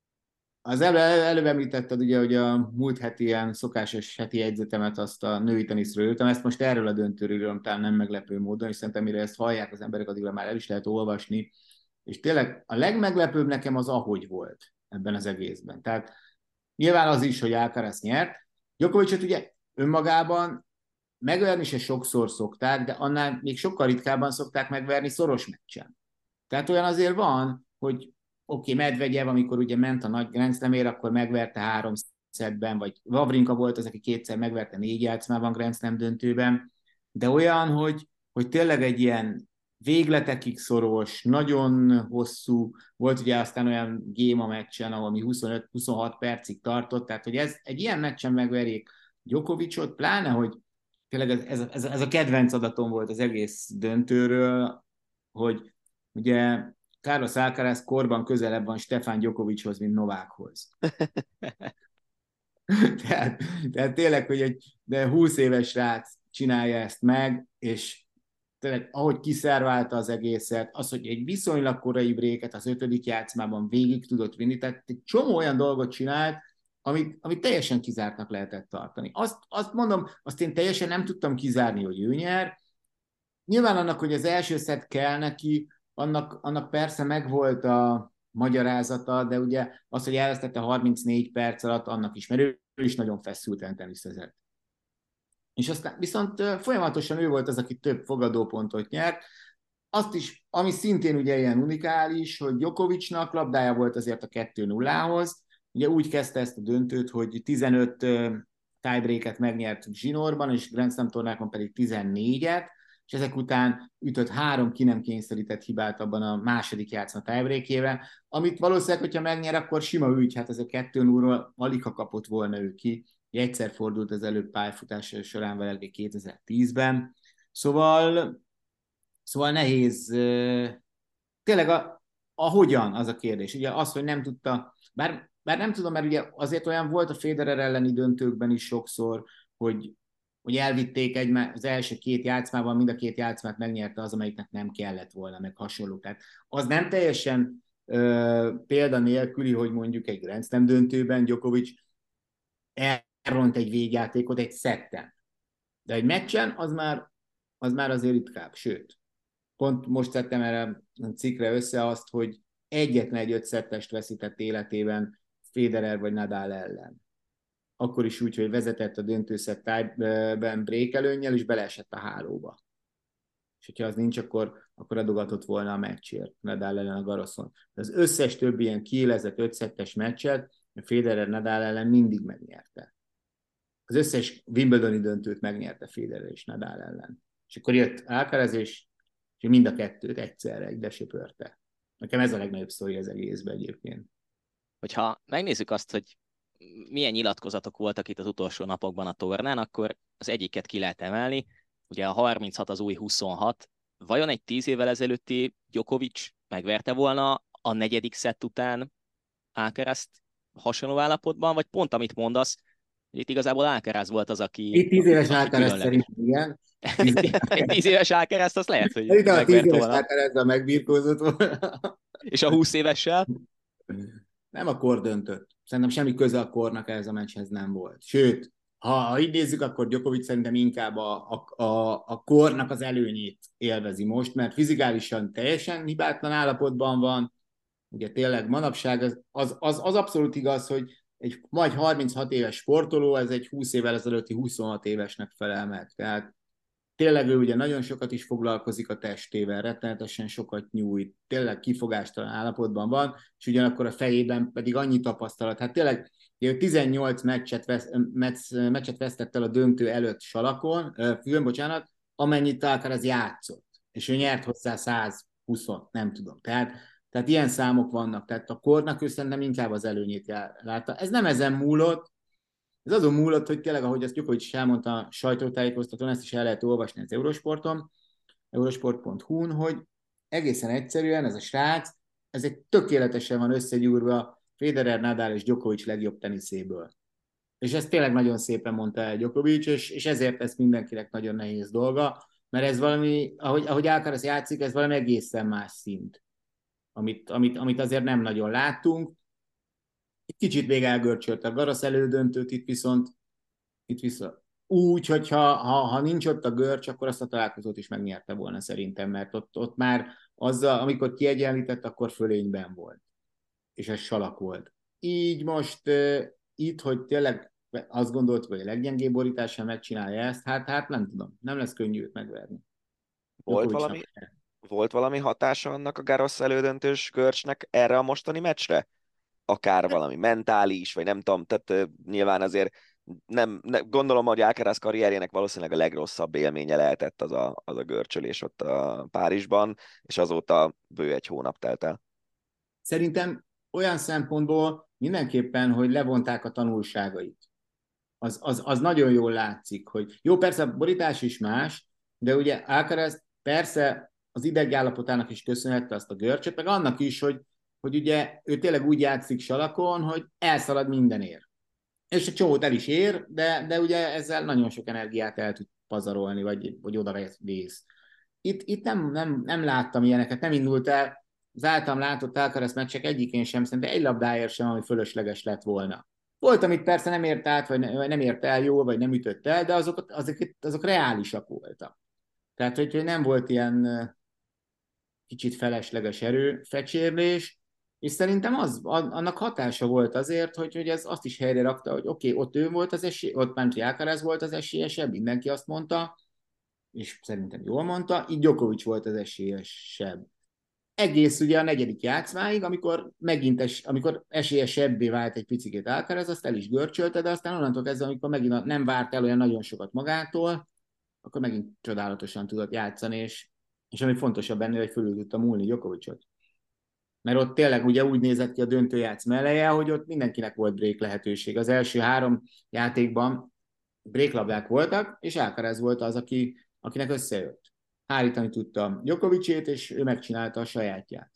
Az elő, előbb említetted ugye, hogy a múlt heti ilyen szokásos heti jegyzetemet azt a női teniszről ültem, ezt most erről a döntőről talán nem meglepő módon, és szerintem mire ezt hallják az emberek, addigra már el is lehet olvasni, és tényleg a legmeglepőbb nekem az, ahogy volt ebben az egészben. Tehát nyilván az is, hogy Alcaraz nyert. Djokovicot ugye önmagában megverni se sokszor szokták, de annál még sokkal ritkábban szokták megverni szoros meccsen. Tehát olyan azért van, hogy oké, okay, Medvegyev, amikor ugye ment a nagy Grand Slamért, akkor megverte három szettben, vagy Wawrinka volt az, aki kétszer megverte négy játszmában Grand Slam döntőben, de olyan, hogy, hogy tényleg egy ilyen végletekig szoros, nagyon hosszú, volt ugye aztán olyan game a meccsen, ahol mi huszonöt-huszonhat percig tartott, tehát hogy ez, egy ilyen meccsen megverjék Djokovicot, pláne, hogy tényleg ez, ez, ez, ez a kedvenc adatom volt az egész döntőről, hogy ugye Carlos Alcaraz korban közelebb van Stefan Djokovichoz, mint Novákhoz. tehát, tehát tényleg, hogy egy de húsz éves srác csinálja ezt meg, és tényleg, ahogy kiszerválta az egészet, az, hogy egy viszonylag korai bréket az ötödik játszmában végig tudott vinni, tehát egy csomó olyan dolgot csinált, amit, amit teljesen kizártnak lehetett tartani. Azt, azt mondom, azt én teljesen nem tudtam kizárni, hogy ő nyer, nyilván annak, hogy az első szett kell neki, annak, annak persze megvolt a magyarázata, de ugye az, hogy elvesztette harmincnégy perc alatt, annak is, mert ő is nagyon feszülten teniszezett. És aztán viszont folyamatosan ő volt az, aki több fogadópontot nyert. Azt is, ami szintén ugye ilyen unikális, hogy Djokovicnak labdája volt azért a kettő nullához. Ugye úgy kezdte ezt a döntőt, hogy tizenöt tiebreaket megnyert zsinórban, és Grand Slam tornákon pedig tizennégyet, és ezek után ütött három ki nem kényszerített hibát abban a második játszma tiebreakjében, amit valószínűleg, hogyha megnyer, akkor sima ügy, hát ez a kettő nullról alig ha kapott volna ő ki. Egyszer fordult az előbb pályafutása során vele kétezer-tízben. Szóval, szóval nehéz. Tényleg a, a hogyan az a kérdés. Ugye az, hogy nem tudta, bár, bár nem tudom, mert ugye azért olyan volt a Federer elleni döntőkben is sokszor, hogy, hogy elvitték egy, az első két játszmában, mind a két játszmát megnyerte az, amelyiknek nem kellett volna, meg hasonló. Tehát az nem teljesen ö, példa nélküli, hogy mondjuk egy Grand Slam döntőben Djokovic elront egy végjátékot egy szetten. De egy meccsen az már, az már azért ritkább. Sőt, pont most tettem erre a cikkre össze azt, hogy egyetlen egy öt szettest veszített életében Federer vagy Nadal ellen. Akkor is úgy, hogy vezetett a döntőszettben break előnnyel, és beleesett a hálóba. És hogyha az nincs, akkor, akkor adogatott volna a meccsért Nadal ellen a Garroson. De az összes többi ilyen kiélezett öt szettes meccset a Federer Nadal ellen mindig megnyerte. Az összes Wimbledoni döntőt megnyerte Federer és Nadal ellen. És akkor jött Alcaraz, és, és mind a kettőt egyszerre egybe söpörte. Nekem ez a legnagyobb sztori az egészben egyébként. Hogyha megnézzük azt, hogy milyen nyilatkozatok voltak itt az utolsó napokban a tornán, akkor az egyiket ki lehet emelni. Ugye a harminchat az új huszonhat. Vajon egy tíz évvel ezelőtti Djokovic megverte volna a negyedik szett után Alcarazt hasonló állapotban, vagy pont amit mondasz, itt igazából Alcaraz volt az, aki... Itt tíz éves Alcaraz szerint, igen. Egy tíz éves Alcaraz, azt lehet, hogy itt a tíz éves volna. Alcarazzal megbírkózott volna. És a húsz évessel? Nem a kor döntött. Szerintem semmi köze a kornak ez a meccshez nem volt. Sőt, ha, ha így nézzük, akkor Djokovic szerintem inkább a, a, a, a kornak az előnyét élvezi most, mert fizikálisan teljesen hibátlan állapotban van. Ugye tényleg manapság az, az, az, az abszolút igaz, hogy egy majd harminchat éves sportoló, ez egy húsz évvel ezelőtti huszonhat évesnek felel meg. Tehát tényleg ő ugye nagyon sokat is foglalkozik a testével, rettenetesen sokat nyújt, tényleg kifogástalan állapotban van, és ugyanakkor a fejében pedig annyi tapasztalat. Hát tényleg ő tizennyolc meccset, vesz, meccs, meccset vesztett el a döntő előtt salakon, fülön, bocsánat, amennyit Alcaraz játszott. És ő nyert hozzá százhúsz, nem tudom. Tehát Tehát ilyen számok vannak, tehát a kornak ő szerintem inkább az előnyét látta. Ez nem ezen múlott, ez azon múlott, hogy tényleg, ahogy azt Djokovic is elmondta a sajtótájékoztatón, ezt is el lehet olvasni az Eurosporton, eurosport pont hu-n, hogy egészen egyszerűen ez a srác, ez egy tökéletesen van összegyúrva Federer, Nadal és Djokovic legjobb teniszéből. És ezt tényleg nagyon szépen mondta el Djokovic, és, és ezért ez mindenkinek nagyon nehéz dolga, mert ez valami, ahogy, ahogy Alcaraz játszik, ez valami egészen más szint. Amit, amit, amit azért nem nagyon láttunk. Egy kicsit még elgörcsölt a Garros elődöntőt, itt viszont, itt viszont úgy, hogy ha, ha, ha nincs ott a görcs, akkor azt a találkozót is megnyerte volna szerintem, mert ott, ott már azzal, amikor kiegyenlített, akkor fölényben volt. És ez salak volt. Így most uh, itt, hogy tényleg azt gondolt, hogy a leggyengébb borítással megcsinálja ezt, hát, hát nem tudom, nem lesz könnyű őt megverni. Volt valami? Volt valami hatása annak a Garros elődöntős görcsnek erre a mostani meccsre? Akár valami mentális, vagy nem tudom, tehát uh, nyilván azért nem, ne, gondolom, hogy Alcaraz karrierjének valószínűleg a legrosszabb élménye lehetett az a, az a görcsölés ott a Párizsban, és azóta bő egy hónap telt el. Szerintem olyan szempontból mindenképpen, hogy levonták a tanulságait. Az, az, az nagyon jól látszik, hogy jó, persze a borítás is más, de ugye Alcaraz persze az idegállapotának is köszönhette azt a görcsöt, meg annak is, hogy, hogy ugye ő tényleg úgy játszik salakon, hogy elszalad mindenért. És egy csomót el is ér, de, de ugye ezzel nagyon sok energiát el tud pazarolni, vagy, vagy oda vész. Itt, itt nem, nem, nem láttam ilyeneket, nem indult el, az általam látott Alcaraz meccsek egyikén sem, szerintem egy labdáért sem, ami fölösleges lett volna. Volt, amit persze nem ért át, vagy nem ért el jól, vagy nem ütött el, de azok, azok, azok reálisak voltak. Tehát, hogy nem volt ilyen kicsit felesleges erőfecsérlés, és szerintem az, annak hatása volt azért, hogy, hogy ez azt is helyre rakta, hogy oké, okay, ott ő volt az esély, ott Menti Alcaraz volt az esélyesebb, mindenki azt mondta, és szerintem jól mondta, így Djokovic volt az esélyesebb. Egész ugye a negyedik játszmáig, amikor megint es, amikor esélyesebbé vált egy picikét Alcaraz, azt el is görcsölte, de aztán onnantól kezdve, amikor megint nem várt el olyan nagyon sokat magától, akkor megint csodálatosan tudott játszani, és, és ami fontosabb benne, hogy fölül tudta múlni Djokovicot. Mert ott tényleg ugye úgy nézett ki a döntőjátszma eleje, hogy ott mindenkinek volt break lehetőség. Az első három játékban break labdák voltak, és Alcaraz volt az, aki, akinek összejött. Hárítani tudta Djokovicét, és ő megcsinálta a sajátját.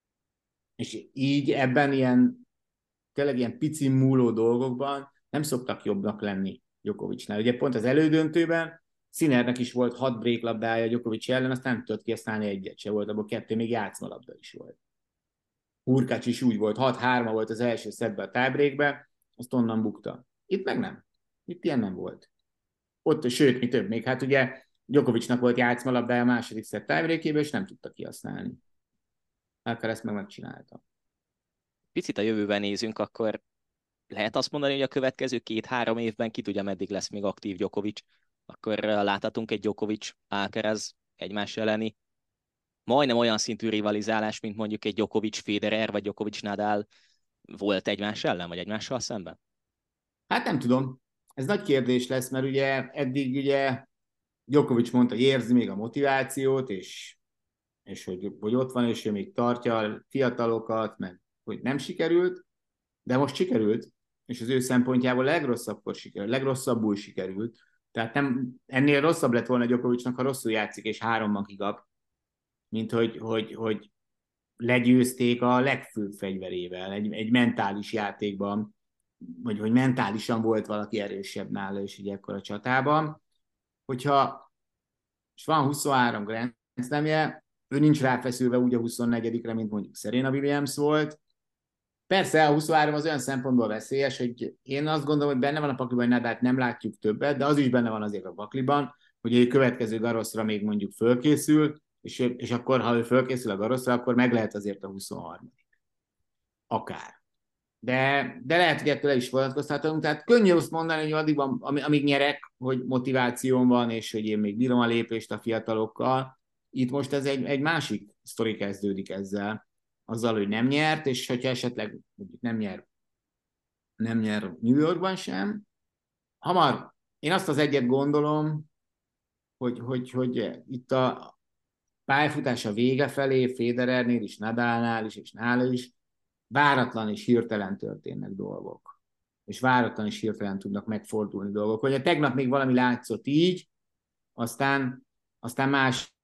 És így ebben ilyen, tényleg ilyen pici múló dolgokban nem szoktak jobbnak lenni Djokovicnál. Ugye pont az elődöntőben Sinnernek is volt hat break labdája Djokovic ellen, azt nem tudott kihasználni, egyet se volt, abból kettő még játszmalabda is volt. Hurkacz is úgy volt, hat három volt az első szettben a tiebreakbe, azt onnan bukta. Itt meg nem. Itt ilyen nem volt. Ott, sőt, mi több még, hát ugye Djokovicnak volt játszmalabdája a második szett tiebreakében, és nem tudta kihasználni. Akkor ezt meg megcsinálta. Picit a jövőben nézünk, akkor lehet azt mondani, hogy a következő két-három évben ki tudja, meddig lesz még aktív Djokovic, akkor láthatunk egy Djokovic-Alcaraz egymás elleni majdnem olyan szintű rivalizálás, mint mondjuk egy Djokovic-Federer vagy Djokovic-Nadal volt egymás ellen, vagy egymással szemben? Hát nem tudom. Ez nagy kérdés lesz, mert ugye eddig ugye Djokovic mondta, hogy érzi még a motivációt, és, és hogy, hogy ott van, és ő még tartja a fiatalokat, meg hogy nem sikerült, de most sikerült, és az ő szempontjából legrosszabbkor sikerült, legrosszabbul sikerült. Tehát nem, ennél rosszabb lett volna Djokovicnak, ha rosszul játszik, és háromban kikap, mint hogy, hogy, hogy legyőzték a legfőbb fegyverével, egy, egy mentális játékban, vagy hogy mentálisan volt valaki erősebb nála, és így ekkor a csatában. Hogyha és van huszonhárom Grand Slamje, ő nincs ráfeszülve úgy a huszonnegyedikre, mint mondjuk Serena Williams volt. Persze a huszonhárom az olyan szempontból veszélyes, hogy én azt gondolom, hogy benne van a pakliban, hogy Nadalt nem látjuk többet, de az is benne van azért a pakliban, hogy egy következő Garroszra még mondjuk fölkészül, és, és akkor, ha ő fölkészül a Garroszra, akkor meg lehet azért a huszonharmadik. Akár. De, de lehet, hogy ettől el is vonatkoztatunk. Tehát könnyű azt mondani, hogy addig van, amíg nyerek, hogy motivációm van, és hogy én még bírom a lépést a fiatalokkal. Itt most ez egy, egy másik sztori kezdődik ezzel, azzal, hogy nem nyert, és hogyha esetleg nem nyer, nem nyer New Yorkban sem. Hamar, én azt az egyet gondolom, hogy, hogy, hogy itt a pályafutása vége felé, Federernél is, Nadalnál is, és nála is, váratlan és hirtelen történnek dolgok. És váratlan és hirtelen tudnak megfordulni dolgok. Hogy tegnap még valami látszott így, aztán, aztán más,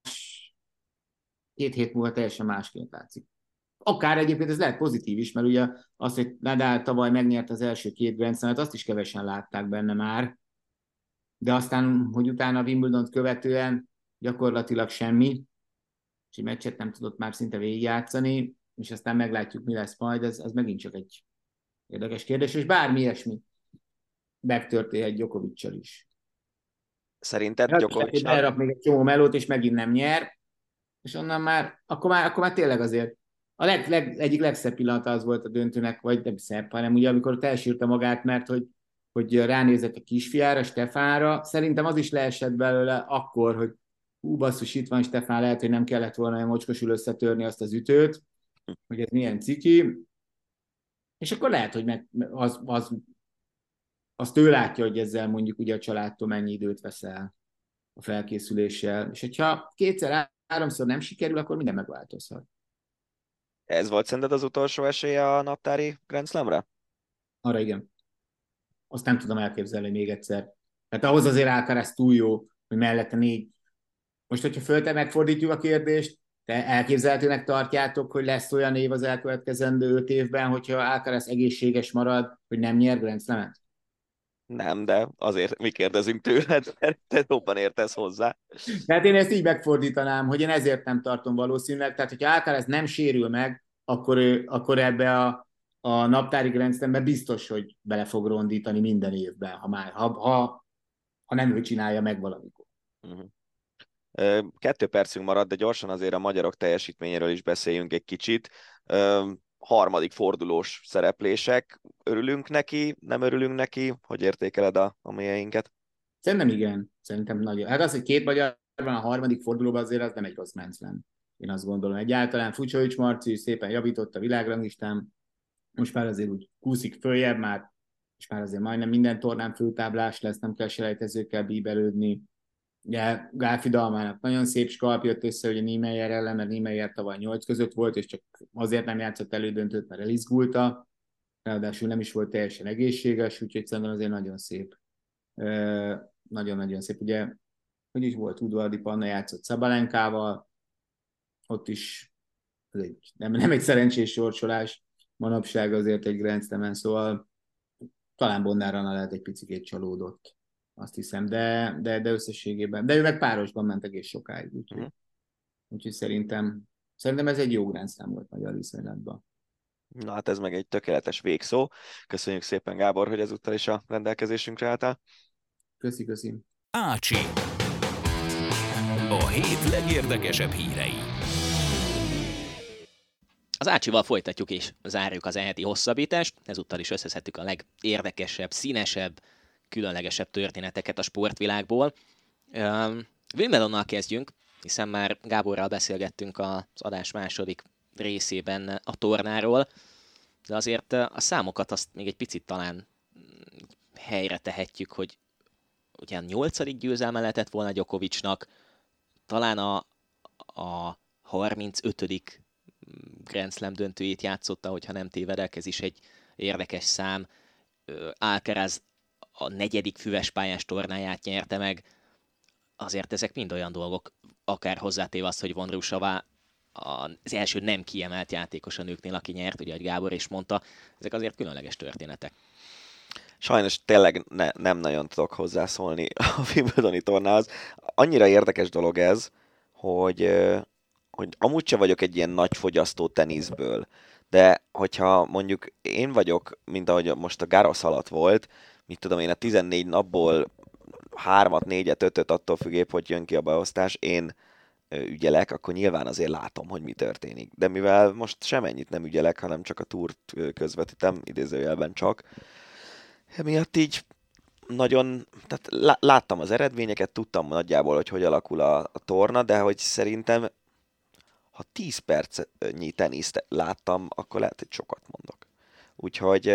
két hét múlva teljesen másként látszik. Akár egyébként ez lehet pozitív is, mert ugye azt, hogy Nadal tavaly megnyert az első két Grand Slamet, azt is kevesen látták benne már, de aztán, hogy utána a Wimbledont követően gyakorlatilag semmi, és egy meccset nem tudott már szinte végigjátszani, és aztán meglátjuk, mi lesz majd, ez, ez megint csak egy érdekes kérdés, és bármi ilyesmi megtörténhet Djokoviccal is. Szerinted Djokovicnak? Elrak még egy csomó melót, és megint nem nyer, és onnan már, akkor már, akkor már tényleg azért a leg, leg, egyik legszebb pillanata az volt a döntőnek, vagy nem szebb, hanem ugye amikor elsírta magát, mert hogy, hogy ránézett a kisfiára, Stefánra, szerintem az is leesett belőle akkor, hogy hú, basszus, itt van Stefán, lehet, hogy nem kellett volna olyan mocskosul összetörni azt az ütőt, hogy ez milyen ciki, és akkor lehet, hogy meg, az, az, azt ő látja, hogy ezzel mondjuk ugye a családtól mennyi időt veszel a felkészüléssel, és hogyha kétszer, háromszor nem sikerül, akkor minden megváltozhat. Ez volt szerinted az utolsó esélye a naptári Grand Slamre? Arra igen. Azt nem tudom elképzelni még egyszer. Tehát ahhoz azért Alcaraz túl jó, hogy mellette négy. Most, hogyha fölte megfordítjuk a kérdést, te elképzelhetőnek tartjátok, hogy lesz olyan év az elkövetkezendő öt évben, hogyha Alcaraz egészséges marad, hogy nem nyer Grand Slamet? Nem, de azért mi kérdezünk tőled, mert te jobban értesz hozzá. Tehát én ezt így megfordítanám, hogy én ezért nem tartom valószínűleg. Tehát, hogyha Alcaraz nem sérül meg, akkor, ő, akkor ebbe a, a naptári Grand Slambe biztos, hogy bele fog rondítani minden évben, ha, már, ha, ha, ha nem ő csinálja meg valamikor. Uh-huh. Kettő percünk maradt, de gyorsan azért a magyarok teljesítményéről is beszéljünk egy kicsit. Harmadik fordulós szereplések, örülünk neki, nem örülünk neki? Hogy értékeled a, a mélyeinket? Szerintem igen, szerintem nagyon. Hát az, hogy két magyar van a harmadik fordulóban, azért az nem egy rossz Grand Slam. Én azt gondolom. Egyáltalán Fucsovics Marci szépen javított a világranglistán, most már azért úgy kúszik följebb, már, és már azért majdnem minden tornán főtáblás lesz, nem kell selejtezőkkel bíbelődni. Ugye Gálfi Dalmának nagyon szép skalp jött össze, hogy a Niemeyer ellen, mert Niemeyer tavaly nyolc között volt, és csak azért nem játszott elődöntőt, mert elizgulta, ráadásul nem is volt teljesen egészséges, úgyhogy szerintem azért nagyon szép. Nagyon-nagyon szép. Ugye, hogy is volt, Udvardi Panna játszott Szabalenkával, ott is ez egy, nem, nem egy szerencsés sorsolás, manapság azért egy Grand Slam-en, szóval talán Bonnár Anna lehet egy picikét csalódott, azt hiszem, de, de, de összességében, de ő meg párosban ment egész sokáig, úgyhogy, uh-huh. úgyhogy szerintem, szerintem ez egy jó Grand Slam volt magyar viszonylatban. Na hát ez meg egy tökéletes végszó. Köszönjük szépen, Gábor, hogy ezúttal is a rendelkezésünkre álltál. Köszi, köszi. Ácsi. A hét legérdekesebb hírei. Az Ácsival folytatjuk és zárjuk az e-heti hosszabbítást. Ezúttal is összeszedtük a legérdekesebb, színesebb, különlegesebb történeteket a sportvilágból. Um, Wimbledonnal kezdjünk, hiszen már Gáborral beszélgettünk az adás második részében a tornáról, de azért a számokat azt még egy picit talán helyre tehetjük, hogy ugye a nyolcadik győzelme lehetett volna Djokovicnak, talán a, a harmincötödik Grand Slam döntőjét játszotta, hogyha nem tévedek, ez is egy érdekes szám. Alcaraz a negyedik füvespályás tornáját nyerte meg. Azért ezek mind olyan dolgok, akár hozzátéve azt, hogy Vondrousova az első nem kiemelt játékos a nőknél, aki nyert, ugye, ahogy Gábor is mondta, ezek azért különleges történetek. Sajnos tényleg ne, nem nagyon tudok hozzászólni a Wimbledoni tornához. Annyira érdekes dolog ez, hogy, hogy amúgy sem vagyok egy ilyen nagy fogyasztó teniszből, de hogyha mondjuk én vagyok, mint ahogy most a Garros alatt volt, mit tudom én, a tizennégy napból hármat, négyet, ötöt, attól függépp, hogy jön ki a beosztás, én ügyelek, akkor nyilván azért látom, hogy mi történik. De mivel most semennyit nem ügyelek, hanem csak a túrt közvetítem, idézőjelben csak, emiatt így nagyon, tehát láttam az eredményeket, tudtam nagyjából, hogy hogy alakul a, a torna, de hogy szerintem, ha tíz percnyi teniszt láttam, akkor lehet, hogy sokat mondok. Úgyhogy,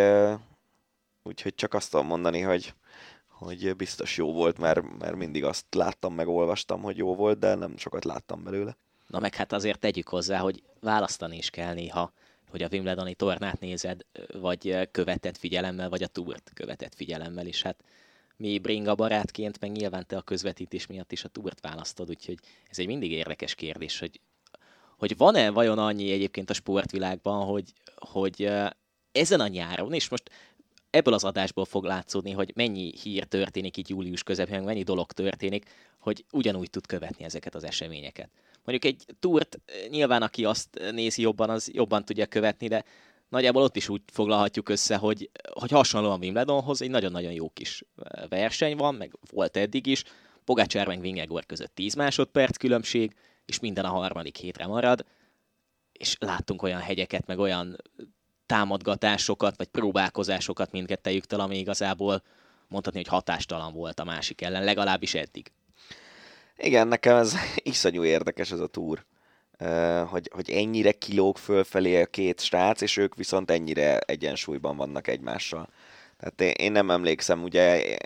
úgyhogy csak azt tudom mondani, hogy, hogy biztos jó volt, mert, mert mindig azt láttam, meg olvastam, hogy jó volt, de nem sokat láttam belőle. Na meg hát azért tegyük hozzá, hogy választani is kell néha, hogy a Wimbledoni tornát nézed, vagy követed figyelemmel, vagy a túrt követed figyelemmel, és hát mi bringa barátként, meg nyilván te a közvetítés miatt is a túrt választod, úgyhogy ez egy mindig érdekes kérdés, hogy, hogy van-e vajon annyi egyébként a sportvilágban, hogy, hogy ezen a nyáron, és most ebből az adásból fog látszódni, hogy mennyi hír történik itt július közepén, mennyi dolog történik, hogy ugyanúgy tud követni ezeket az eseményeket. Mondjuk egy túrt nyilván, aki azt nézi jobban, az jobban tudja követni, de nagyjából ott is úgy foglalhatjuk össze, hogy, hogy hasonlóan Wimbledonhoz egy nagyon-nagyon jó kis verseny van, meg volt eddig is, Pogačar meg Vingegaard között tíz másodperc különbség, és minden a harmadik hétre marad, és láttunk olyan hegyeket, meg olyan támadgatásokat, vagy próbálkozásokat mindkettejüktől, ami igazából mondhatni, hogy hatástalan volt a másik ellen, legalábbis eddig. Igen, nekem ez iszonyú érdekes ez a túr, hogy, hogy ennyire kilóg fölfelé a két srác, és ők viszont ennyire egyensúlyban vannak egymással. Tehát én nem emlékszem, ugye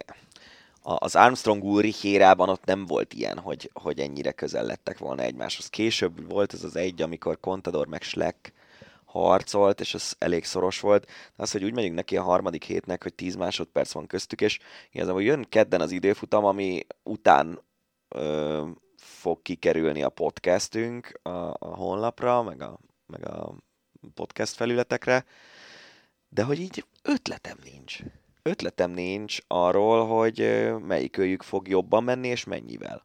az Armstrong Ulrich érában ott nem volt ilyen, hogy, hogy ennyire közel lettek volna egymáshoz. Később volt ez az egy, amikor Contador meg Schleck harcolt, és az elég szoros volt. De az, hogy úgy megyünk neki a harmadik hétnek, hogy tíz másodperc van köztük, és igazából jön kedden az időfutam, ami után ö, fog kikerülni a podcastünk a, a honlapra, meg a, meg a podcast felületekre, de hogy így ötletem nincs. Ötletem nincs arról, hogy melyikőjük fog jobban menni, és mennyivel.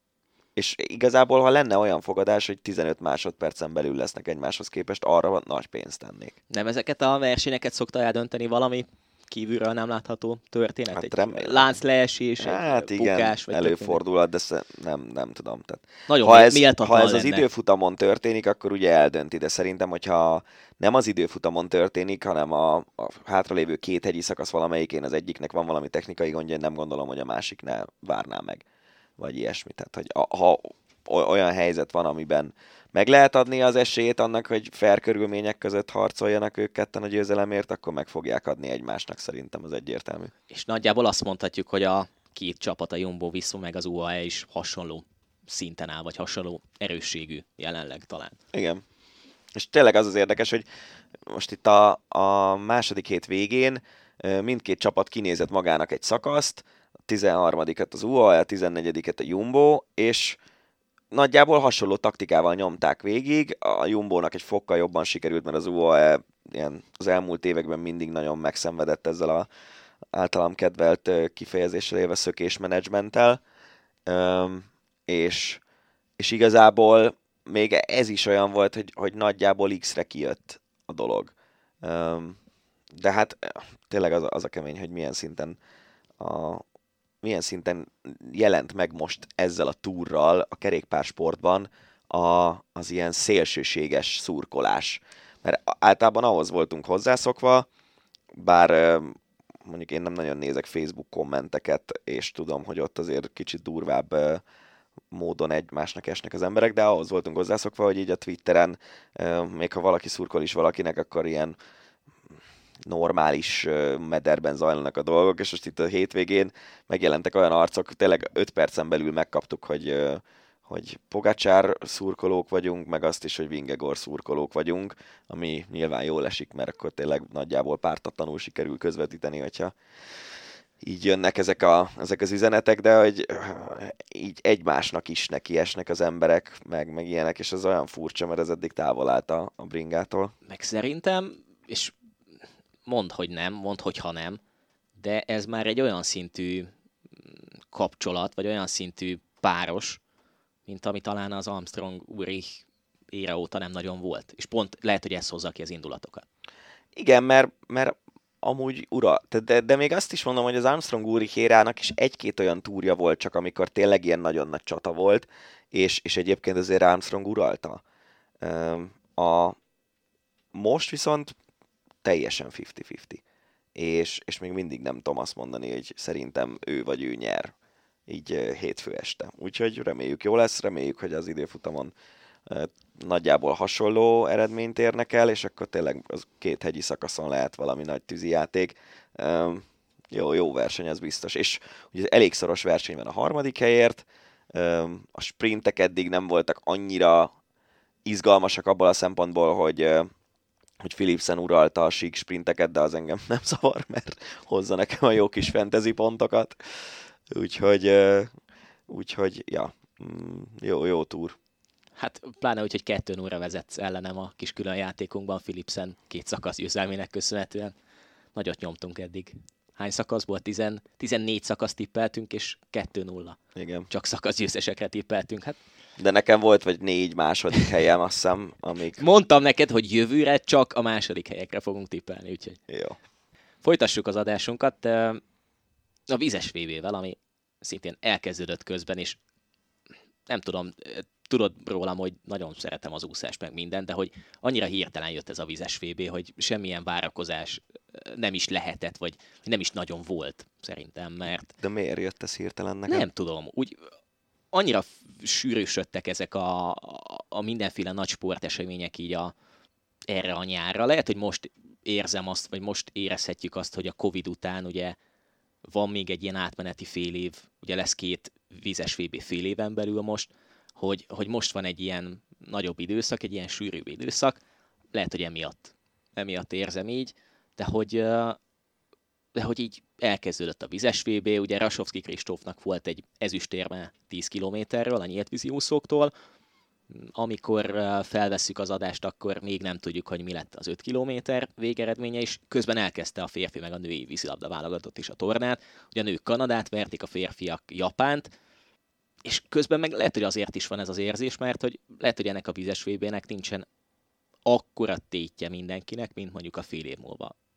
És igazából, ha lenne olyan fogadás, hogy tizenöt másodpercen belül lesznek egymáshoz képest, arra nagy pénzt tennék. Nem ezeket a versenyeket szokta eldönteni valami kívülről nem látható történet? Hát egy remélem. láncleesés, Hát egy igen, bukás? Vagy előfordulhat, de sze- nem, nem tudom. Tehát, nagyon ha ez, méltatlan ha ez az lenne. időfutamon történik, akkor ugye eldönti, de szerintem, hogyha nem az időfutamon történik, hanem a, a hátralévő két hegyi szakasz valamelyikén az egyiknek van valami technikai gondja, nem gondolom, hogy a másik ne várná meg, vagy ilyesmi. Tehát, hogy a, ha olyan helyzet van, amiben meg lehet adni az esélyt annak, hogy fair körülmények között harcoljanak ők ketten a győzelemért, akkor meg fogják adni egymásnak, szerintem az egyértelmű. És nagyjából azt mondhatjuk, hogy a két csapat, a Jumbo Visma meg az u á e is hasonló szinten áll, vagy hasonló erősségű jelenleg talán. Igen. És tényleg az az érdekes, hogy most itt a, a második hét végén mindkét csapat kinézett magának egy szakaszt, a tizenharmadikat az u á e, a tizennegyediket a Jumbo, és nagyjából hasonló taktikával nyomták végig. A Jumbónak egy fokkal jobban sikerült, mert az u á e ilyen, az elmúlt években mindig nagyon megszenvedett ezzel a általam kedvelt kifejezéssel élve szökésmenedzsmenttel, és, és igazából még ez is olyan volt, hogy, hogy nagyjából X-re kijött a dolog. De hát tényleg az, az a kemény, hogy milyen szinten a milyen szinten jelent meg most ezzel a túrral a kerékpársportban a, az ilyen szélsőséges szurkolás. Mert általában ahhoz voltunk hozzászokva, bár mondjuk én nem nagyon nézek Facebook kommenteket, és tudom, hogy ott azért kicsit durvább módon egymásnak esnek az emberek, de ahhoz voltunk hozzászokva, hogy így a Twitteren, még ha valaki szurkol is valakinek, akkor ilyen normális mederben zajlanak a dolgok, és most itt a hétvégén megjelentek olyan arcok, tényleg öt percen belül megkaptuk, hogy, hogy Pogačar szurkolók vagyunk, meg azt is, hogy Vingegaard szurkolók vagyunk, ami nyilván jól esik, mert akkor tényleg nagyjából pártatlanul sikerül közvetíteni, hogyha így jönnek ezek, a, ezek az üzenetek, de hogy így egymásnak is nekiesnek az emberek, meg, meg ilyenek, és ez olyan furcsa, mert ez eddig távol állt a, a bringától. Meg szerintem, és mondd, hogy nem, mondd, hogy ha nem, de ez már egy olyan szintű kapcsolat, vagy olyan szintű páros, mint ami talán az Armstrong-Ulrich ére óta nem nagyon volt. És pont lehet, hogy ez hozza ki az indulatokat. Igen, mert, mert amúgy ura, de, de még azt is mondom, hogy az Armstrong-Ulrich érának is egy-két olyan túrja volt csak, amikor tényleg ilyen nagyon nagy csata volt, és, és egyébként azért Armstrong uralta. A, most viszont teljesen fifty-fifty. És, és még mindig nem tudom azt mondani, hogy szerintem ő vagy ő nyer így hétfő este. Úgyhogy reméljük jó lesz, reméljük, hogy az időfutamon nagyjából hasonló eredményt érnek el, és akkor tényleg az két hegyi szakaszon lehet valami nagy tűzijáték. Jó, jó verseny, ez biztos. És ugye elég szoros verseny van a harmadik helyért, a sprintek eddig nem voltak annyira izgalmasak abból a szempontból, hogy hogy Philipsen uralta a sík sprinteket, de az engem nem zavar, mert hozza nekem a jó kis fantasy pontokat. Úgyhogy, úgyhogy ja, jó, jó túr. Hát pláne úgy, hogy kettő óra vezetsz ellenem a kis külön játékunkban Philipsen két szakasz győzelmének köszönhetően. Nagyot nyomtunk eddig. Hány szakaszból? tizen, tizennégy szakasz tippeltünk, és kettő nulla. Igen. Csak szakaszgyőztesekre tippeltünk. Hát de nekem volt vagy négy második helyem, azt hiszem, amíg... Mondtam neked, hogy jövőre csak a második helyekre fogunk tippelni, úgyhogy... Jó. Folytassuk az adásunkat a vízes vé bé-vel, ami szintén elkezdődött közben, és nem tudom, tudod rólam, hogy nagyon szeretem az úszást, meg mindent, de hogy annyira hirtelen jött ez a vízes vé bé, hogy semmilyen várakozás nem is lehetett, vagy nem is nagyon volt, szerintem, mert... De miért jött ez hirtelen nekem? Nem tudom, úgy... Annyira sűrűsödtek ezek a, a, a mindenféle nagy sportesemények így a, erre a nyárra. Lehet, hogy most érzem azt, vagy most érezhetjük azt, hogy a Covid után ugye van még egy ilyen átmeneti fél év, ugye lesz két vízes vé bé fél éven belül most, hogy, hogy most van egy ilyen nagyobb időszak, egy ilyen sűrűbb időszak. Lehet, hogy emiatt, emiatt érzem így, de hogy... de hogy így elkezdődött a vízes vé bé, ugye Rasovszky Kristófnak volt egy ezüstérme tíz kilométerről a nyílt vízi úszóktól, amikor felvesszük az adást, akkor még nem tudjuk, hogy mi lett az öt kilométer végeredménye, és közben elkezdte a férfi meg a női vízilabda válogatott is a tornát, ugye a nők Kanadát verték, a férfiak Japánt, és közben meg lehet, hogy azért is van ez az érzés, mert hogy lehet, hogy ennek a vízes vé bének nincsen akkora tétje mindenkinek, mint mondjuk a fél év múlva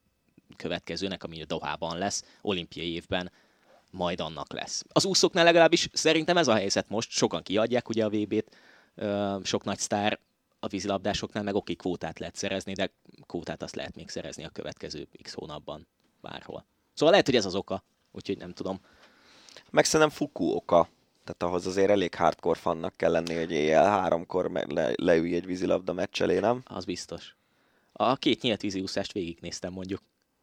következőnek, ami a Dohában lesz, olimpiai évben majd annak lesz. Az úszóknál legalábbis szerintem ez a helyzet most, sokan kiadják ugye a vé bét, sok nagy sztár, a vízilabdásoknál meg oké, kvótát lehet szerezni, de kvótát azt lehet még szerezni a következő x hónapban, bárhol. Szóval lehet, hogy ez az oka, úgyhogy nem tudom. Meg szerintem Fukuoka. Tehát ahhoz azért elég hardcore fannak kell lenni, hogy éjjel háromkor le, leülj egy vízilabda meccs elé, nem? Az biztos. A két nyílt víziúszást végignéztem mondjuk.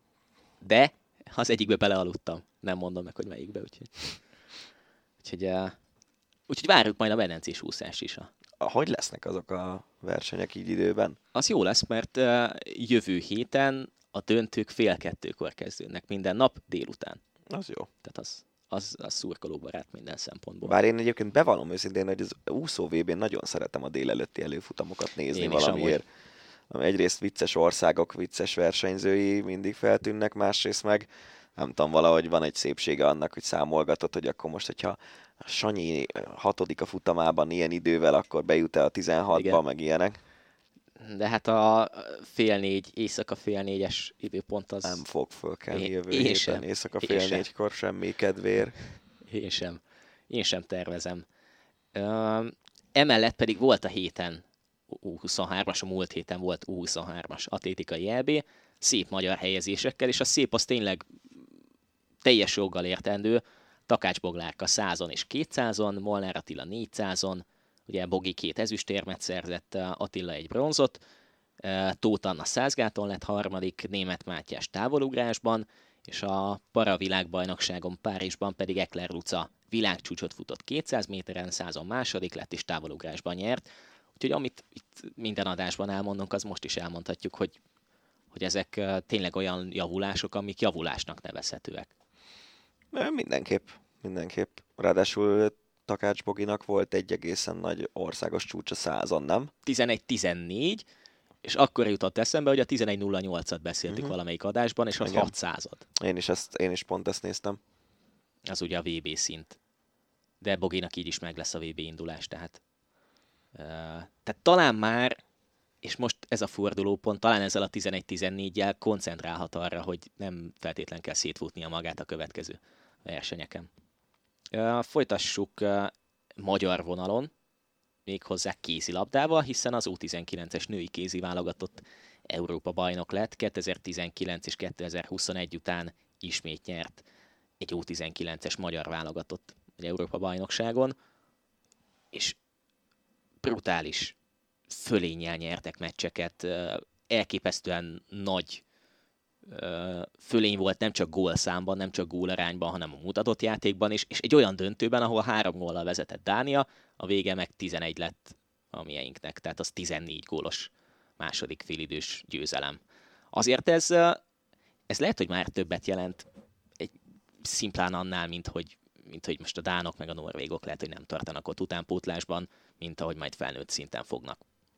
De az egyikbe belealudtam. Nem mondom meg, hogy melyikbe, úgyhogy... Úgyhogy, uh... úgyhogy várjuk majd a medencés úszást is. A... Hogy lesznek azok a versenyek így időben? Az jó lesz, mert uh, jövő héten a döntők fél kettőkor kezdődnek minden nap délután. Az jó. Tehát az... az, az szurkolóbarát minden szempontból. Bár én egyébként bevallom őszintén, hogy az úszó vé bén nagyon szeretem a délelőtti előfutamokat nézni én valamiért. Ami egyrészt vicces országok, vicces versenyzői mindig feltűnnek, másrészt meg nem tudom, valahogy van egy szépsége annak, hogy számolgatod, hogy akkor most, hogyha a Sanyi hatodik a futamában ilyen idővel, akkor bejut-e a tizenhatba, igen, meg ilyenek. De hát a fél négy, éjszaka fél négyes időpont az... Nem fog fölkelni jövő én héten, sem. éjszaka Én fél sem. négykor semmi kedvér. Én sem. Én sem tervezem. Uh, emellett pedig volt a héten U huszonhármas, a múlt héten volt U huszonhármas atlétikai é bé, szép magyar helyezésekkel, és a szép az tényleg teljes joggal értendő. Takács Boglárka százon és kétszázon, Molnár Attila négyszázon, ugye Bogi két ezüstérmet szerzett, Attila egy bronzot, Tóth Anna százgáton lett harmadik, Németh Mátyás távolugrásban, és a paravilágbajnokságon Párizsban pedig Ekler Luca világcsúcsot futott kétszáz méteren, százon második lett, és távolugrásban nyert. Úgyhogy amit itt minden adásban elmondunk, az most is elmondhatjuk, hogy, hogy ezek tényleg olyan javulások, amik javulásnak nevezhetőek. Mindenképp, mindenképp. Ráadásul Takács Boginak volt egy egészen nagy országos csúcsa százon, nem? tizenegy tizennégy, és akkor jutott eszembe, hogy a tizenegy nulla nyolcat beszéltük uh-huh. valamelyik adásban, és az igen, hatszázad. Én is, ezt, én is pont ezt néztem. Az ugye a vé bé szint. De Boginak így is meg lesz a vé bé indulás, tehát... Uh, tehát talán már, és most ez a fordulópont, talán ezzel a tizenegy tizennégyel koncentrálhat arra, hogy nem feltétlen kell szétfutnia magát a következő versenyeken. Uh, folytassuk uh, magyar vonalon, méghozzá kézilabdával, hiszen az U tizenkilences női kézi válogatott Európa bajnok lett, kétezer-tizenkilenc és kétezer-huszonegy után ismét nyert egy U tizenkilences magyar válogatott egy Európa bajnokságon, és brutális fölénnyel nyertek meccseket, elképesztően nagy fölény volt nem csak gólszámban, nem csak gólarányban, hanem a mutatott játékban is, és egy olyan döntőben, ahol három góllal vezetett Dánia, a vége meg tizenegy lett a mieinknek, tehát az tizennégy gólos második félidős győzelem. Azért ez, ez lehet, hogy már többet jelent egy szimplán annál, mint hogy, mint hogy most a dánok meg a norvégok lehet, hogy nem tartanak ott utánpótlásban, mint ahogy majd felnőtt szinten fognak.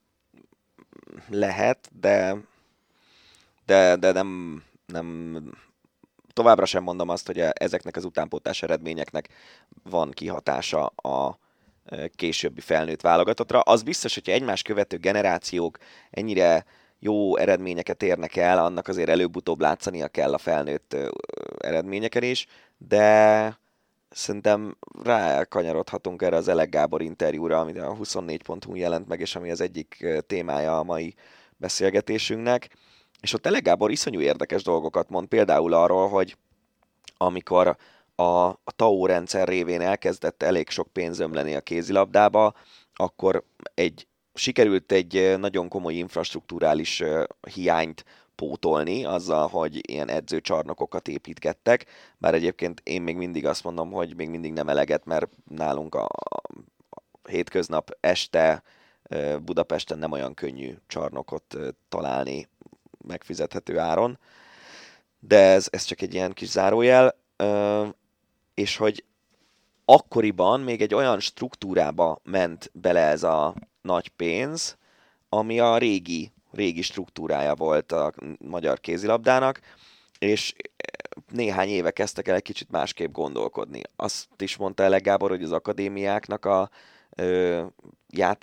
Lehet, de de, de nem, nem, továbbra sem mondom azt, hogy ezeknek az utánpótlás eredményeknek van kihatása a későbbi felnőtt válogatottra. Az biztos, hogyha egymás követő generációk ennyire jó eredményeket érnek el, annak azért előbb-utóbb látszania kell a felnőtt eredményeken is, de szerintem rákanyarodhatunk erre az Elek Gábor interjúra, amit a huszonnégy pont hu jelent meg, és ami az egyik témája a mai beszélgetésünknek. És ott Elek Gábor iszonyú érdekes dolgokat mond, például arról, hogy amikor a, a té á o rendszer révén elkezdett elég sok pénz ömleni a kézilabdába, akkor egy, sikerült egy nagyon komoly infrastrukturális hiányt pótolni azzal, hogy ilyen edzőcsarnokokat építgettek, bár egyébként én még mindig azt mondom, hogy még mindig nem eleget, mert nálunk a, a hétköznap este Budapesten nem olyan könnyű csarnokot találni megfizethető áron, de ez, ez csak egy ilyen kis zárójel, és hogy akkoriban még egy olyan struktúrába ment bele ez a nagy pénz, ami a régi, régi struktúrája volt a magyar kézilabdának, és néhány éve kezdtek el egy kicsit másképp gondolkodni. Azt is mondta Elek Gábor, hogy az akadémiáknak a ö,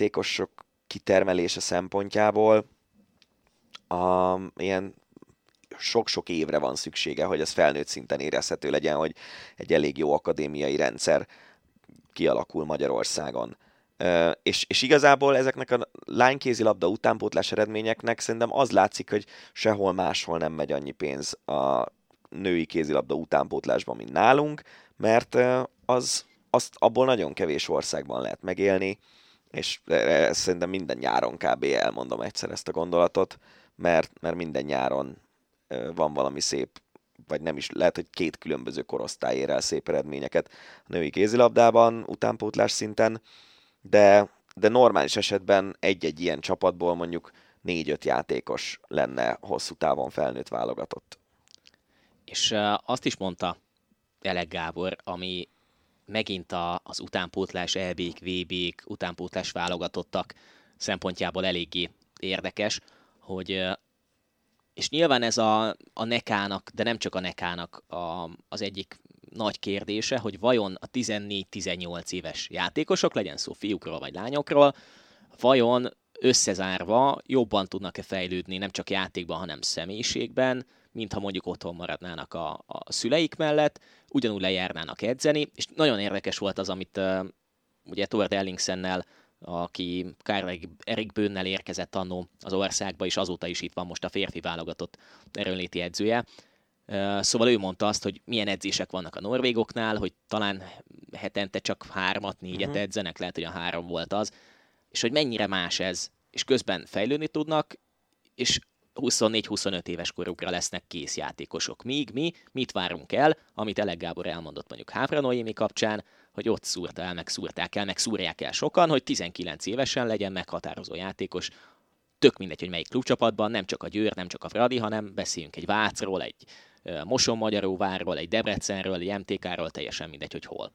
játékosok kitermelése szempontjából a, ilyen sok-sok évre van szüksége, hogy ez felnőtt szinten érezhető legyen, hogy egy elég jó akadémiai rendszer kialakul Magyarországon. Uh, és, és igazából ezeknek a lánykézilabda utánpótlás eredményeknek szerintem az látszik, hogy sehol máshol nem megy annyi pénz a női kézilabda utánpótlásban, mint nálunk, mert uh, az, azt abból nagyon kevés országban lehet megélni, és uh, szerintem minden nyáron kb. Elmondom egyszer ezt a gondolatot, mert, mert minden nyáron uh, van valami szép, vagy nem is, lehet, hogy két különböző korosztály ér el szép eredményeket a női kézilabdában, utánpótlás szinten, de, de normális esetben egy-egy ilyen csapatból mondjuk négy-öt játékos lenne hosszú távon felnőtt válogatott. És uh, azt is mondta Elek Gábor, ami megint a, az utánpótlás é bé-k, vé bé-k, utánpótlás válogatottak szempontjából eléggé érdekes, hogy uh, és nyilván ez a, a nekának, de nem csak a nekának a, az egyik nagy kérdése, hogy vajon a tizennégy-tizennyolc éves játékosok, legyen szó fiúkról vagy lányokról, vajon összezárva jobban tudnak-e fejlődni nem csak játékban, hanem személyiségben, mintha mondjuk otthon maradnának a, a szüleik mellett, ugyanúgy lejárnának edzeni, és nagyon érdekes volt az, amit uh, ugye Tord Ellingssennel, aki Karl Erik Bönnel érkezett annó az országba, és azóta is itt van most a férfi válogatott erőnléti edzője. Szóval ő mondta azt, hogy milyen edzések vannak a norvégoknál, hogy talán hetente csak hármat, négyet uh-huh. edzenek, lehet, hogy a három volt az, és hogy mennyire más ez, és közben fejlődni tudnak, és huszonnégy-huszonöt éves korukra lesznek kész játékosok. Míg mi mit várunk el, amit Elek Gábor elmondott mondjuk Háfra Noémi kapcsán, hogy ott szúrta el, meg szúrták el, meg szúrják el sokan, hogy tizenkilenc évesen legyen meghatározó játékos, tök mindegy, hogy melyik klubcsapatban, nem csak a Győr, nem csak a Fradi, hanem beszéljünk egy Vácról, egy Mosonmagyaróvárról, egy Debrecenről, egy em té ká-ról, teljesen mindegy, hogy hol.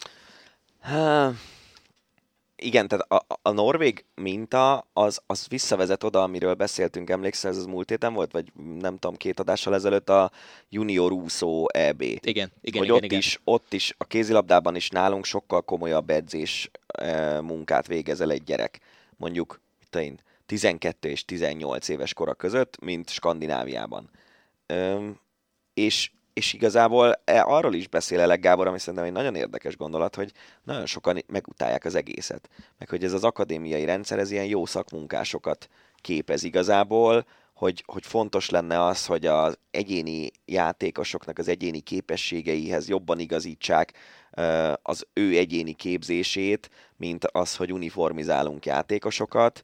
Há, igen, tehát a, a norvég minta az, az visszavezet oda, amiről beszéltünk, emlékszel, ez az múlt héten volt, vagy nem tudom, két adással ezelőtt a junior úszó é bé. Igen, igen, hogy igen, ott, igen. Is, ott is, a kézilabdában is nálunk sokkal komolyabb edzés e, munkát végezel egy gyerek, mondjuk én, tizenkettő és tizennyolc éves kora között, mint Skandináviában. Üm, és, és igazából arról is beszél Elek Gábor, ami szerintem egy nagyon érdekes gondolat, hogy nagyon sokan megutálják az egészet. Meg hogy ez az akadémiai rendszer, ez ilyen jó szakmunkásokat képez igazából, hogy, hogy fontos lenne az, hogy az egyéni játékosoknak az egyéni képességeihez jobban igazítsák az ő egyéni képzését, mint az, hogy uniformizálunk játékosokat.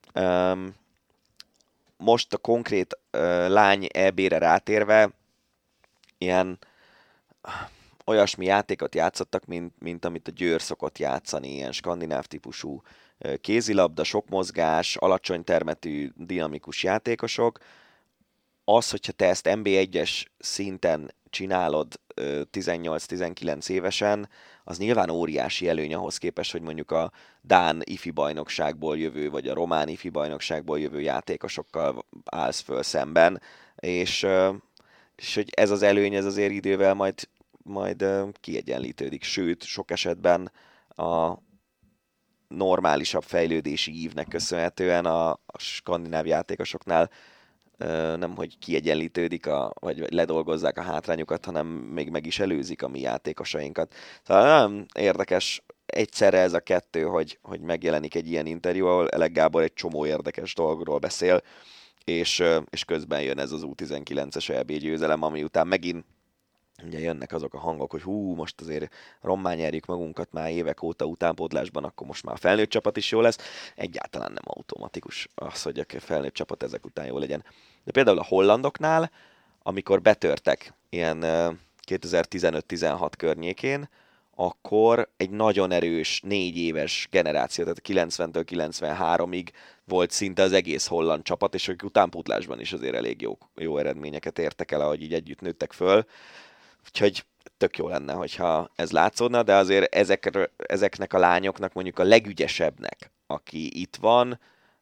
Most a konkrét lány é bé-re rátérve, ilyen olyasmi játékot játszottak, mint, mint amit a Győr szokott játszani, ilyen skandináv típusú kézilabda, sok mozgás, alacsony termetű, dinamikus játékosok. Az, hogyha te ezt en bé egyes szinten csinálod tizennyolc-tizenkilenc évesen, az nyilván óriási előny ahhoz képest, hogy mondjuk a dán ifi bajnokságból jövő, vagy a román ifi bajnokságból jövő játékosokkal állsz föl szemben, és, és hogy ez az előny, ez azért idővel majd, majd kiegyenlítődik. Sőt, sok esetben a normálisabb fejlődési ívnek köszönhetően a, a skandináv játékosoknál nem, hogy kiegyenlítődik, a, vagy, vagy ledolgozzák a hátrányukat, hanem még meg is előzik a mi játékosainkat. Szóval nem érdekes egyszerre ez a kettő, hogy, hogy megjelenik egy ilyen interjú, ahol Elek Gábor egy csomó érdekes dolgról beszél, és, és közben jön ez az U tizenkilences é bé győzelem, ami után megint ugye jönnek azok a hangok, hogy hú, most azért rommá nyerjük magunkat már évek óta utánpótlásban, akkor most már a felnőtt csapat is jó lesz. Egyáltalán nem automatikus az, hogy a felnőtt csapat ezek után jó legyen. De például a hollandoknál, amikor betörtek ilyen kétezer-tizenöt-tizenhat környékén, akkor egy nagyon erős négy éves generáció, tehát kilencventől kilencvenháromig volt szinte az egész holland csapat, és ők utánpótlásban is azért elég jó, jó eredményeket értek el, ahogy így együtt nőttek föl. Úgyhogy tök jó lenne, hogyha ez látszódna, de azért ezek, ezeknek a lányoknak mondjuk a legügyesebbnek, aki itt van,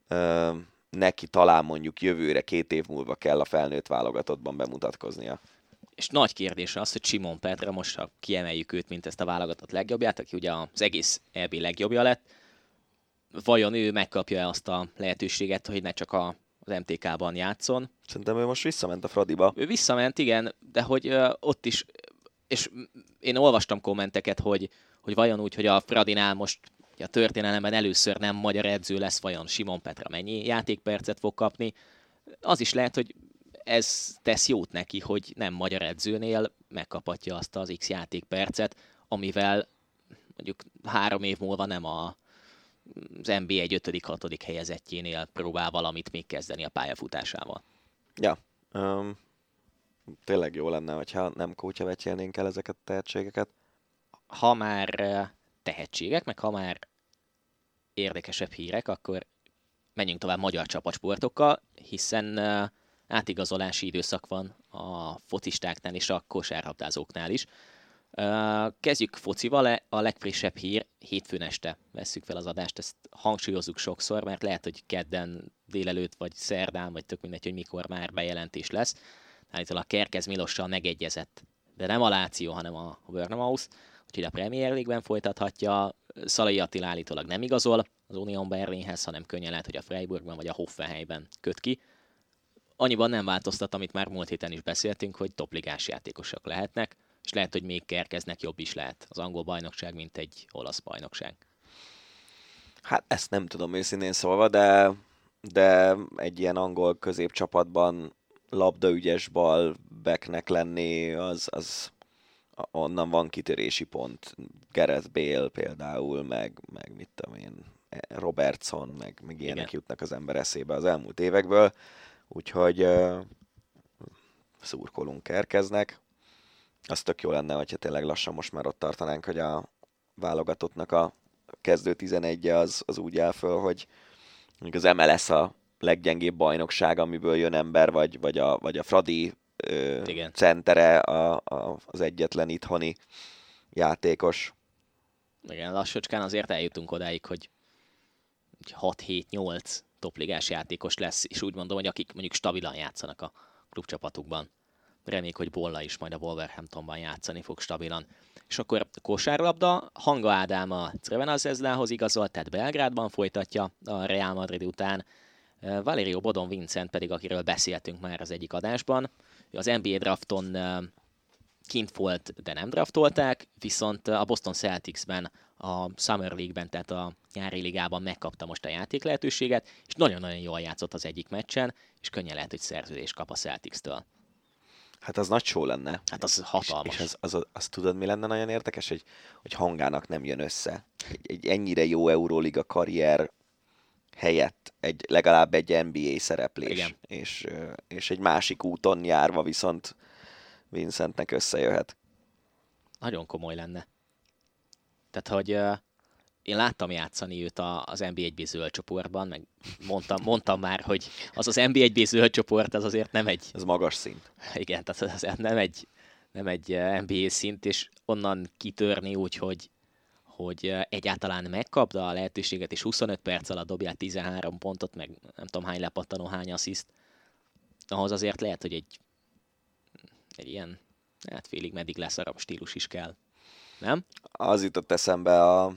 neki talán mondjuk jövőre, két év múlva kell a felnőtt válogatottban bemutatkoznia. És nagy kérdés az, hogy Simon Petra, most ha kiemeljük őt, mint ezt a válogatott legjobbját, aki ugye az egész é bé legjobbja lett, vajon ő megkapja azt a lehetőséget, hogy ne csak a, az em té ká-ban játszon. Szerintem ő most visszament a Fradiba. Ő visszament, igen, de hogy uh, ott is, és én olvastam kommenteket, hogy, hogy vajon úgy, hogy a Fradinál most a történelemben először nem magyar edző lesz, vajon Simon Petra mennyi játékpercet fog kapni. Az is lehet, hogy ez tesz jót neki, hogy nem magyar edzőnél megkaphatja azt az X játékpercet, amivel mondjuk három év múlva nem a, az en bé egy ötödik-hatodik helyezettjénél próbál valamit még kezdeni a pályafutásával. Ja, um, tényleg jó lenne, hogyha nem kótyavetyélnénk el ezeket a tehetségeket. Ha már tehetségek, meg ha már érdekesebb hírek, akkor menjünk tovább magyar csapatsportokkal, hiszen átigazolási időszak van a focistáknál és a kosárlabdázóknál is. Kezdjük focival, a legfrissebb hír, hétfőn este vesszük fel az adást, ezt hangsúlyozzuk sokszor, mert lehet, hogy kedden délelőtt, vagy szerdán, vagy tök mindegy, hogy mikor már bejelentés lesz. Állítólag a Kerkez Milossal megegyezett, de nem a Láció, hanem a Bournemouth, úgyhogy a Premier League-ben folytathatja. Szalai Attila állítólag nem igazol az Union Berlinhez, hanem könnyen lehet, hogy a Freiburgban vagy a Hoffenheimben köt ki. Annyiban nem változtat, amit már múlt héten is beszéltünk, hogy topligás játékosok lehetnek, és lehet, hogy még Kerkeznek jobb is lehet az angol bajnokság, mint egy olasz bajnokság. Hát ezt nem tudom őszintén szólva, de, de egy ilyen angol középcsapatban labdaügyes balbacknek lenni, az, az onnan van kitörési pont. Gareth Bale például, meg, meg mit tudom én, Robertson, meg, meg ilyenek Igen. jutnak az ember eszébe az elmúlt évekből. Úgyhogy uh, szurkolunk Kerkeznek. Az tök jó lenne, hogyha tényleg lassan most már ott tartanánk, hogy a válogatottnak a kezdő tizenegye az, az úgy áll föl, hogy az em el es a leggyengébb bajnokság, amiből jön ember, vagy, vagy, a, vagy a Fradi ö, centere a, a, az egyetlen itthoni játékos. Igen, lassacskán azért eljutunk odáig, hogy hat hét nyolc topligás játékos lesz, és úgy mondom, hogy akik mondjuk stabilan játszanak a klubcsapatukban. Reméljük, hogy Bolla is majd a Wolverhamptonban játszani fog stabilan. És akkor kosárlabda, Hanga Ádám a Crvena Zvezdához igazolt, tehát Belgrádban folytatja a Real Madrid után. Valerio Bodon Vincent pedig, akiről beszéltünk már az egyik adásban. Az en bé á drafton kint volt, de nem draftolták, viszont a Boston Celticsben, a Summer League-ben, tehát a nyári ligában megkapta most a játék lehetőséget, és nagyon-nagyon jól játszott az egyik meccsen, és könnyen lehet, hogy szerződést kap a Celtics-től. Hát az nagy show lenne. Hát az hatalmas. És, és az, az, az, az tudod, mi lenne nagyon érdekes, hogy, hogy Hangának nem jön össze. Egy, egy ennyire jó Euróliga karrier helyett egy, legalább egy en bé á szereplés. És, és egy másik úton járva viszont Vincentnek összejöhet. Nagyon komoly lenne. Tehát, hogy uh, én láttam játszani őt az en bé egy bé zöld csoportban, meg mondtam, mondtam már, hogy az az en bé egy bé zöld csoport, az azért nem egy... Ez magas szint. Igen, tehát az nem egy, nem egy en bé á szint, és onnan kitörni úgy, hogy, hogy egyáltalán megkapta a lehetőséget, és huszonöt perc alatt dobjál tizenhárom pontot, meg nem tudom hány lepattanó, hány assziszt, ahhoz azért lehet, hogy egy, egy ilyen, hát félig meddig leszarabb stílus is kell. Nem? Az jutott eszembe a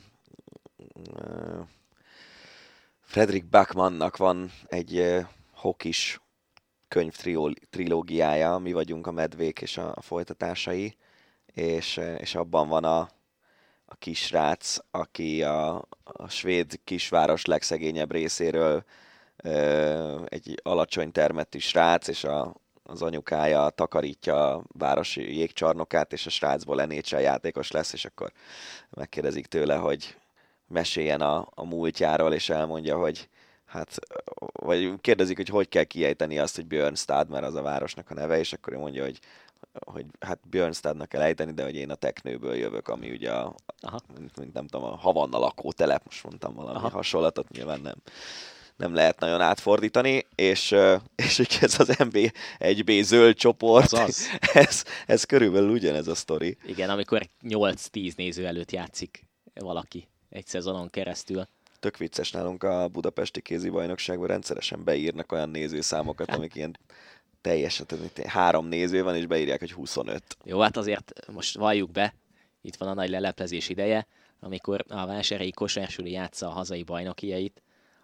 Fredrik Backmannak van egy hokis könyv trilógiája, Mi vagyunk a medvék és a folytatásai, és, és abban van a, a kisrác, aki a, a svéd kisváros legszegényebb részéről egy alacsony termettű srác, és a, az anyukája takarítja a városi jégcsarnokát, és a srácból en há el játékos lesz, és akkor megkérdezik tőle, hogy meséljen a, a múltjáról, és elmondja, hogy hát, vagy kérdezik, hogy hogy kell kiejteni azt, hogy Björnstad, mert az a városnak a neve, és akkor ő mondja, hogy, hogy hát Björnstadnak kell ejteni, de hogy én a Teknőből jövök, ami ugye a, mint nem tudom, a Havanna lakótelep, most mondtam valami Aha. hasonlatot, nyilván nem. nem lehet nagyon átfordítani, és, és ez az en bé egy bé zöld csoport, ez, ez körülbelül ugyanez a sztori. Igen, amikor nyolc-tíz néző előtt játszik valaki egy szezonon keresztül. Tök vicces, nálunk a budapesti kézibajnokságban rendszeresen beírnak olyan nézőszámokat, amik ilyen teljesen, három néző van, és beírják, hogy huszonöt. Jó, hát azért most valljuk be, itt van a nagy leleplezés ideje, amikor a Vásárhelyi Kosársuli játsza a hazai bajnokiait,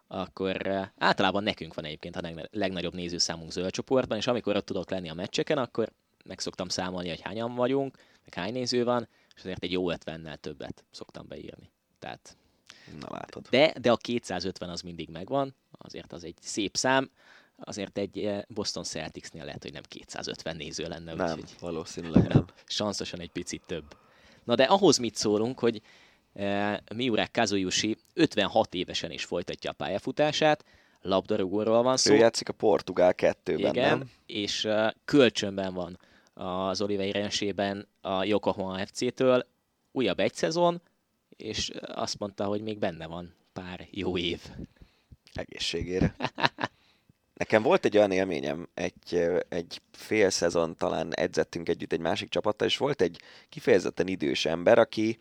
akkor általában nekünk van egyébként a legnagyobb nézőszámunk zöld csoportban, és amikor ott tudok lenni a meccseken, akkor meg szoktam számolni, hogy hányan vagyunk, meg hány néző van, és azért egy jó ötvennel többet szoktam beírni. Tehát... Na látod. De, de a kétszázötven az mindig megvan, azért az egy szép szám, azért egy Boston Celticsnél lehet, hogy nem kétszázötven néző lenne. Nem, úgy, valószínűleg nem. Sanszosan egy picit több. Na de ahhoz mit szólunk, hogy e, Miura Kazuyoshi ötvenhat évesen is folytatja a pályafutását, labdarúgóról van szó. Ő játszik a Portugál kettőben, igen, nem? és uh, kölcsönben van az Oliveirense-ben a Yokohama ef cé-től újabb egy szezon, és azt mondta, hogy még benne van pár jó év. Egészségére. Nekem volt egy olyan élményem, egy, egy fél szezon talán edzettünk együtt egy másik csapattal, és volt egy kifejezetten idős ember, aki,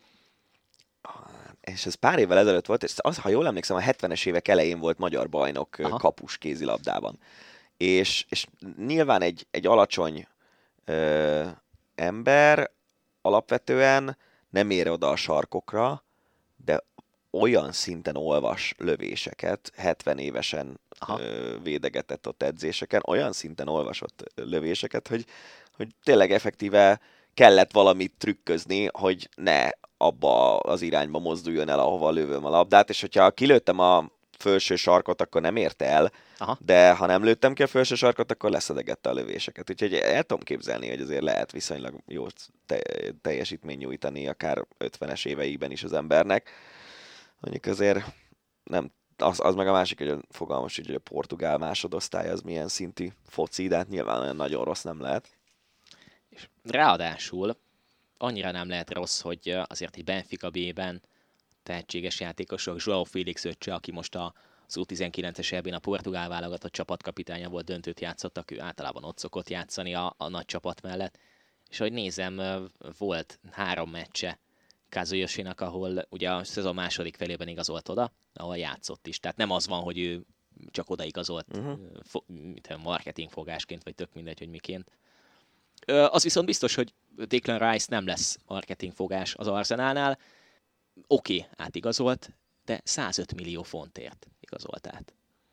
és ez pár évvel ezelőtt volt, és az, ha jól emlékszem, a hetvenes évek elején volt magyar bajnok Aha. kapus kézilabdában. És, és nyilván egy, egy alacsony ö, ember alapvetően nem ér oda a sarkokra, de olyan szinten olvas lövéseket, hetven évesen ö, védegetett ott edzéseken, olyan szinten olvasott lövéseket, hogy, hogy tényleg effektíve kellett valamit trükközni, hogy ne abba az irányba mozduljon el, ahova lövöm a labdát, és hogyha kilőttem a felső sarkot, akkor nem érte el, Aha. de ha nem lőttem ki a felső sarkot, akkor leszedegette a lövéseket. Úgyhogy el tudom képzelni, hogy azért lehet viszonylag jó te- teljesítmény nyújtani, akár ötvenes éveiben is az embernek. Mondjuk azért nem, az, az meg a másik, hogy fogalmas, hogy a portugál másodosztály az milyen szintű foci, de hát nyilván olyan nagyon rossz nem lehet. És ráadásul annyira nem lehet rossz, hogy azért egy Benfica B-ben tehetséges játékosok, João Félix öccse, aki most az U tizenkilences é bén a portugál válogatott csapatkapitánya volt, döntőt játszottak, ő általában ott szokott játszani a, a nagy csapat mellett. És ahogy nézem, volt három meccse Kazuyoshinak, ahol ugye a szezon második felében igazolt oda, ahol játszott is. Tehát nem az van, hogy ő csak odaigazolt uh-huh. fo- marketingfogásként, vagy tök mindegy, hogy miként. Az viszont biztos, hogy Declan Rice nem lesz marketingfogás az Arsenalnál. Oké, okay, átigazolt, de százöt millió fontért igazolt át.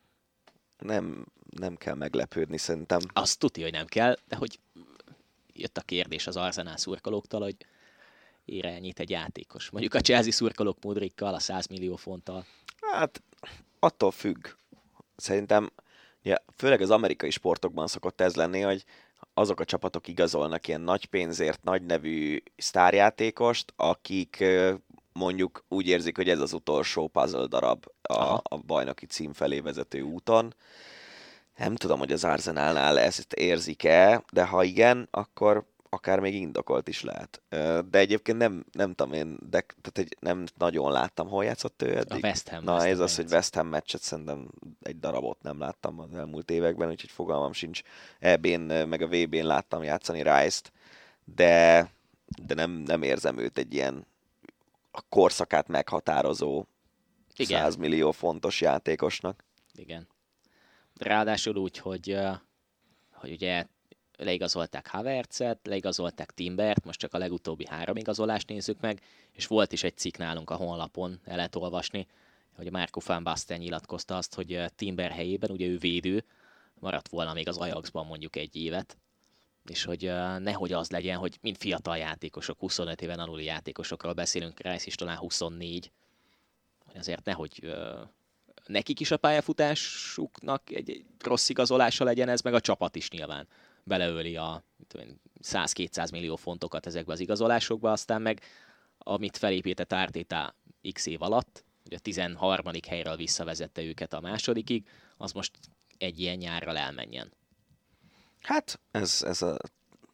Nem, nem kell meglepődni szerintem. Azt tudja, hogy nem kell, de hogy jött a kérdés az Arsenal szurkolóktól, hogy ér ennyit egy játékos. Mondjuk a Chelsea szurkolók Mudrikkal, a száz millió fonttal. Hát attól függ. Szerintem, ja, főleg az amerikai sportokban szokott ez lenni, hogy azok a csapatok igazolnak ilyen nagy pénzért, nagy nevű sztárjátékost, akik mondjuk úgy érzik, hogy ez az utolsó puzzle darab a, a bajnoki cím felé vezető úton. Nem tudom, hogy az Arsenalnál ezt érzik-e, de ha igen, akkor akár még indokolt is lehet. De egyébként nem, nem tudom én, de tehát egy, nem nagyon láttam, hol játszott ő eddig. A West Ham. Na West ez Ham az, hogy West Ham meccset szerintem egy darabot nem láttam az elmúlt években, úgyhogy fogalmam sincs. é bén meg a vé bén láttam játszani Rice-t, de, de nem, nem érzem őt egy ilyen a korszakát meghatározó Igen. száz millió fontos játékosnak. Igen. Ráadásul úgy, hogy, hogy ugye leigazolták Havertzet, leigazolták Timbert, most csak a legutóbbi három igazolást nézzük meg, és volt is egy cikk nálunk a honlapon, el lehet olvasni, hogy Marco van Basten nyilatkozta azt, hogy Timber helyében, ugye ő védő, maradt volna még az Ajaxban mondjuk egy évet, és hogy nehogy az legyen, hogy mind fiatal játékosok, huszonöt éven aluli játékosokról beszélünk, Rice is talán huszonnégy, hogy azért nehogy nekik is a pályafutásuknak egy, egy rossz igazolása legyen ez, meg a csapat is nyilván beleöli a száz-kétszáz millió fontokat ezekbe az igazolásokba, aztán meg amit felépített Arteta x év alatt, hogy a tizenharmadik helyről visszavezette őket a másodikig, az most egy ilyen nyárral elmenjen. Hát ez, ez a...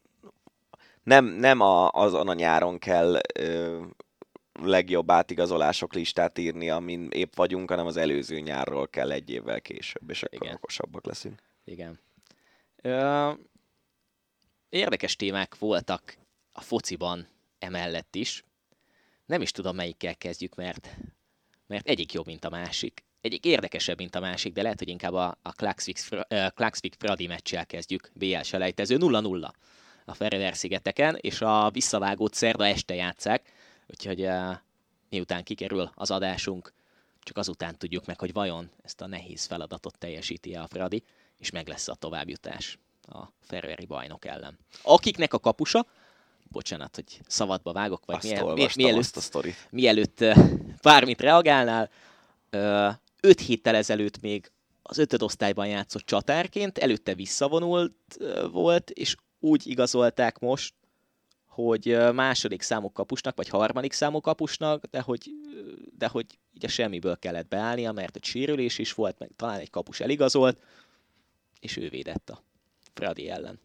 Nem, nem a, azon a nyáron kell ö, legjobb átigazolások listát írni, amin épp vagyunk, hanem az előző nyárról kell egy évvel később, és akkor Igen. okosabbak leszünk. Igen. Ö, érdekes témák voltak a fociban emellett is. Nem is tudom, melyikkel kezdjük, mert, mert egyik jobb, mint a másik. Egyik érdekesebb, mint a másik, de lehet, hogy inkább a, a Klaxvik-Fradi meccsel kezdjük, bé el selejtező nulla nulla a Ferrer-szigeteken, és a visszavágót szerda este játsszák, úgyhogy uh, miután kikerül az adásunk, csak azután tudjuk meg, hogy vajon ezt a nehéz feladatot teljesíti-e a Fradi, és meg lesz a továbbjutás a feröeri bajnok ellen. Akiknek a kapusa, bocsánat, hogy szabadba vágok, vagy miel, mi, mielőtt, a mielőtt bármit reagálnál, öt héttel ezelőtt még az ötödosztályban játszott csatárként, előtte visszavonult volt, és úgy igazolták most, hogy második számú kapusnak, vagy harmadik számú kapusnak, de hogy, de hogy így a semmiből kellett beállnia, mert egy sérülés is volt, meg talán egy kapus eligazolt, és ő védett a Fradi ellen.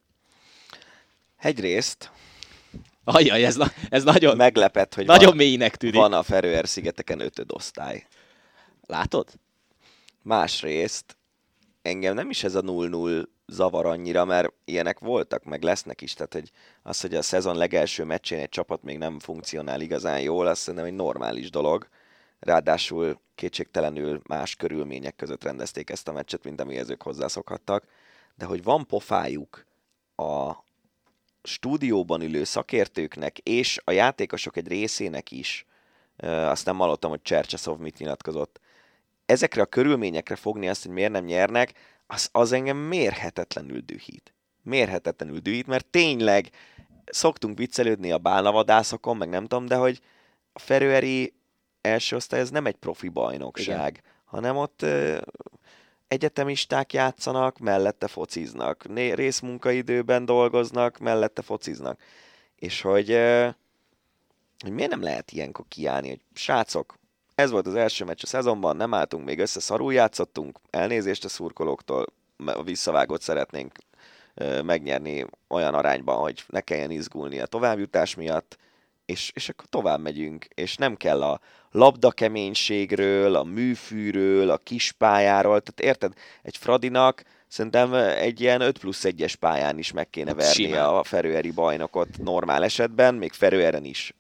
Egyrészt Ajjaj, ez, na, ez nagyon, meglepett, hogy nagyon van, mélynek tűnik. van a Feröer-szigeteken ötödosztály. Látod? Másrészt engem nem is ez a null null zavar annyira, mert ilyenek voltak, meg lesznek is, tehát hogy az, hogy a szezon legelső meccsén egy csapat még nem funkcionál igazán jól, azt szerintem egy normális dolog. Ráadásul kétségtelenül más körülmények között rendezték ezt a meccset, mint amihez ők hozzászokhattak, de hogy van pofájuk a stúdióban ülő szakértőknek és a játékosok egy részének is, azt nem hallottam, hogy Csercseszov mit nyilatkozott, ezekre a körülményekre fogni azt, hogy miért nem nyernek, az, az engem mérhetetlenül dühít. Mérhetetlenül dühít, mert tényleg szoktunk viccelődni a bálnavadászokon, meg nem tudom, de hogy a feröeri első osztály ez nem egy profi bajnokság, igen, hanem ott ö, egyetemisták játszanak, mellette fociznak, Né- részmunkaidőben dolgoznak, mellette fociznak. És hogy, ö, hogy miért nem lehet ilyenkor kiállni, hogy srácok, ez volt az első meccs a szezonban, nem álltunk még össze, szarul játszottunk, elnézést a szurkolóktól, a visszavágót szeretnénk ö, megnyerni olyan arányban, hogy ne kelljen izgulni a továbbjutás miatt, és, és akkor tovább megyünk, és nem kell a labdakeménységről, a műfűről, a kispályáról, tehát érted, egy Fradinak szerintem egy ilyen öt plusz egyes pályán is meg kéne vernie simán a feröeri bajnokot normál esetben, még Feröeren is.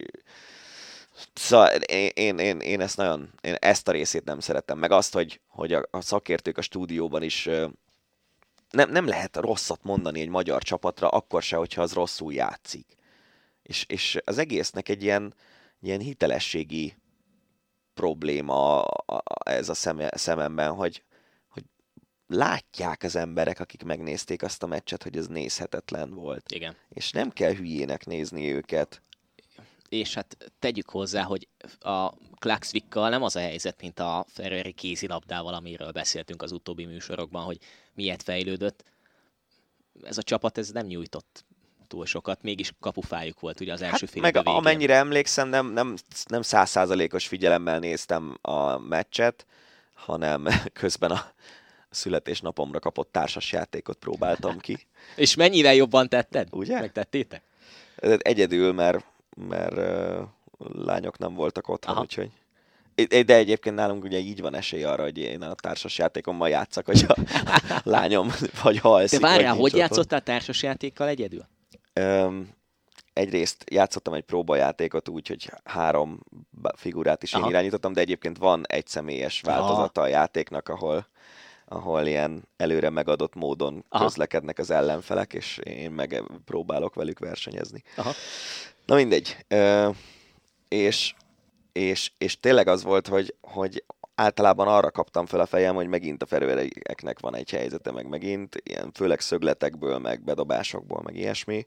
Szóval én, én, én, én ezt nagyon, én ezt a részét nem szeretem, meg azt, hogy, hogy a, a szakértők a stúdióban is nem, nem lehet rosszat mondani egy magyar csapatra, akkor se, hogyha az rosszul játszik. És, és az egésznek egy ilyen, ilyen hitelességi probléma ez a szeme, szememben, hogy, hogy látják az emberek, akik megnézték azt a meccset, hogy ez nézhetetlen volt. Igen. És nem kell hülyének nézni őket. És hát tegyük hozzá, hogy a Klaxvikkal nem az a helyzet, mint a feröeri kézilabdával, amiről beszéltünk az utóbbi műsorokban, hogy miért fejlődött. Ez a csapat ez nem nyújtott túl sokat, mégis kapufájuk volt ugye az első hát fél meg végén. Amennyire emlékszem, nem, nem, nem százszázalékos figyelemmel néztem a meccset, hanem közben a születésnapomra kapott társasjátékot próbáltam ki. És mennyivel jobban tetted? Ugye? Megtettétek? Egyedül, mert, mert uh, lányok nem voltak otthon, aha, úgyhogy... De egyébként nálunk ugye így van esély arra, hogy én a társasjátékommal játszak, hogy a lányom vagy halszik. De várjál, hogy játszottál társasjátékkal egyedül? Um, egyrészt játszottam egy próbajátékot úgy, hogy három figurát is aha, én irányítottam, de egyébként van egy személyes változata aha, a játéknak, ahol, ahol ilyen előre megadott módon aha, közlekednek az ellenfelek, és én meg próbálok velük versenyezni. Aha. Na mindegy. Uh, és, és, és tényleg az volt, hogy, hogy általában arra kaptam fel a fejem, hogy megint a feröerieknek van egy helyzete, meg megint, ilyen főleg szögletekből, meg bedobásokból, meg ilyesmi.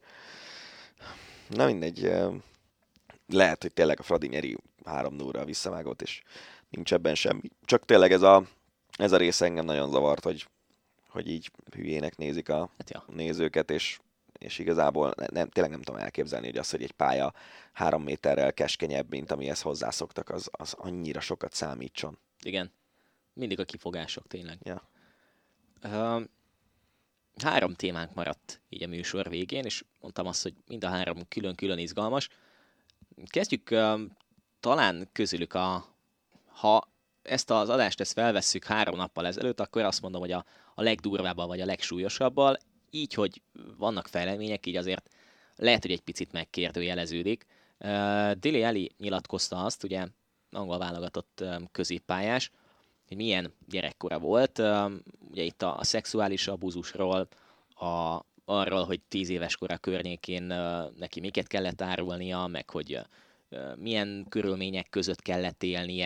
Na mindegy, lehet, hogy tényleg a Fradi nyeri három nullra a visszavágót, és nincs ebben semmi. Csak tényleg ez a, ez a rész engem nagyon zavart, hogy, hogy így hülyének nézik a hát ja. nézőket, és, és igazából nem, tényleg nem tudom elképzelni, hogy az, hogy egy pálya három méterrel keskenyebb, mint amihez hozzászoktak, az, az annyira sokat számítson. Igen. Mindig a kifogások, tényleg. Ja. Uh, három témánk maradt így a műsor végén, és mondtam azt, hogy mind a három külön-külön izgalmas. Kezdjük uh, talán közülük a... Ha ezt az adást ezt felvesszük három nappal ezelőtt, akkor azt mondom, hogy a, a legdurvábbal vagy a legsúlyosabbal, így, hogy vannak fejlemények, így azért lehet, hogy egy picit megkérdőjeleződik. Uh, Dele Alli nyilatkozta azt, ugye angol válogatott um, középpályás, hogy milyen gyerekkora volt. Um, ugye itt a, a szexuális abúzusról, a, arról, hogy tíz éves kora környékén uh, neki miket kellett árulnia, meg hogy uh, milyen körülmények között kellett élnie,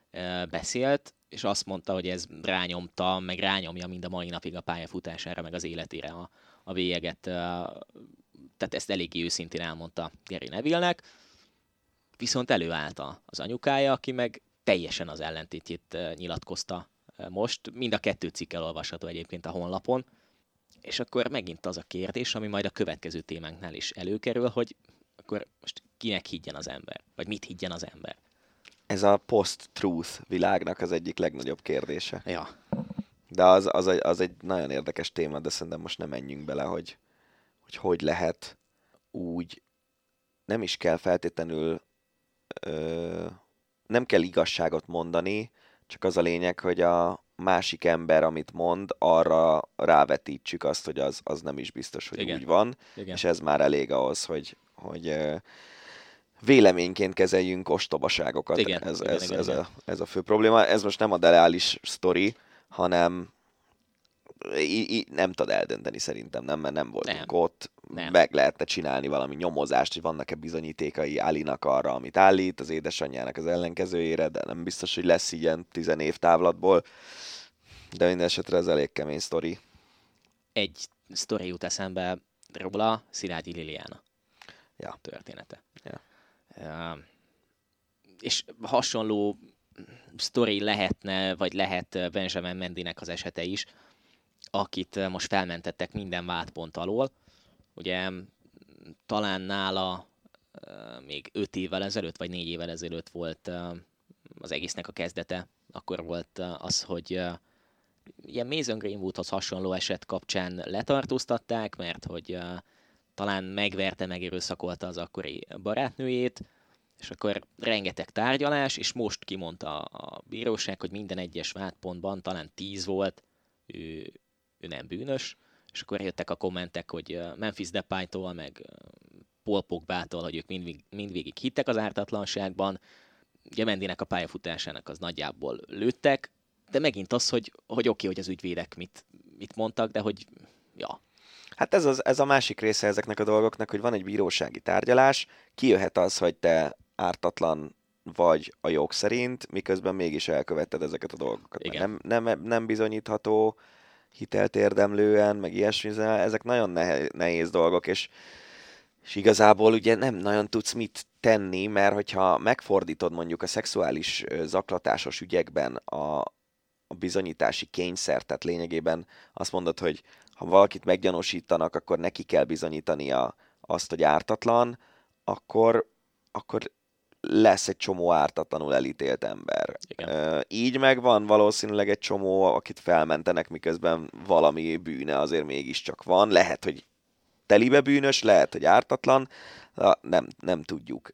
beszélt, és azt mondta, hogy ez rányomta, meg rányomja mind a mai napig a pályafutására, meg az életére a, a bélyeget. Tehát ezt eléggé őszintén elmondta Gary Neville-nek. Viszont előállt az anyukája, aki meg teljesen az ellentétjét nyilatkozta most. Mind a kettő cikk elolvasható egyébként a honlapon. És akkor megint az a kérdés, ami majd a következő témánknál is előkerül, hogy akkor most kinek higgyen az ember? Vagy mit higgyen az ember? Ez a post-truth világnak az egyik legnagyobb kérdése. Ja. De az, az, egy, az egy nagyon érdekes téma, de szerintem most nem menjünk bele, hogy hogy, hogy lehet úgy, nem is kell feltétlenül, ö, nem kell igazságot mondani, csak az a lényeg, hogy a másik ember, amit mond, arra rávetítsük azt, hogy az, az nem is biztos, hogy Igen. úgy van, Igen. és ez már elég ahhoz, hogy, hogy ö, véleményként kezeljünk ostobaságokat. Igen. Ez, Igen, ez, igen, ez, igen. A, ez a fő probléma. Ez most nem a dereális sztori, hanem I, I, nem tudod eldönteni szerintem, nem, mert nem voltunk Nem. ott. Nem. Meg lehetne csinálni valami nyomozást, hogy vannak-e bizonyítékai Alinak arra, amit állít, az édesanyjának az ellenkezőjére, de nem biztos, hogy lesz ilyen tizen év távlatból. De minden esetre ez elég kemény sztori. Egy sztori jut eszembe róla, Szilágyi Liliana Ja. története. Ja. Uh, és hasonló sztori lehetne, vagy lehet Benjamin Mendynek az esete is, akit most felmentettek minden vádpont alól. Ugye talán nála uh, még öt évvel ezelőtt, vagy négy évvel ezelőtt volt uh, az egésznek a kezdete. Akkor volt uh, az, hogy uh, ilyen Mason Greenwoodhoz hasonló eset kapcsán letartóztatták, mert hogy uh, talán megverte, megerőszakolta az akkori barátnőjét, és akkor rengeteg tárgyalás, és most kimondta a bíróság, hogy minden egyes vádpontban, talán tíz volt, ő, ő nem bűnös, és akkor jöttek a kommentek, hogy Memphis Depay-tól, meg Paul Pogbától, hogy ők mindvég, mindvégig hittek az ártatlanságban, ugye Mendynek a pályafutásának az nagyjából lőttek, de megint az, hogy, hogy oké, hogy az ügyvédek mit, mit mondtak, de hogy ja. Hát ez, az, ez a másik része ezeknek a dolgoknak, hogy van egy bírósági tárgyalás, kijöhet az, hogy te ártatlan vagy a jog szerint, miközben mégis elkövetted ezeket a dolgokat. Nem, nem, nem bizonyítható hitelt érdemlően, meg ilyesmi, ezek nagyon nehéz, nehéz dolgok, és, és igazából ugye nem nagyon tudsz mit tenni, mert hogyha megfordítod mondjuk a szexuális zaklatásos ügyekben a, a bizonyítási kényszert, tehát lényegében azt mondod, hogy ha valakit meggyanúsítanak, akkor neki kell bizonyítania azt, hogy ártatlan, akkor, akkor lesz egy csomó ártatlanul elítélt ember. Igen. Így meg van valószínűleg egy csomó, akit felmentenek, miközben valami bűne azért mégiscsak van. Lehet, hogy telibe bűnös, lehet, hogy ártatlan, nem, nem tudjuk.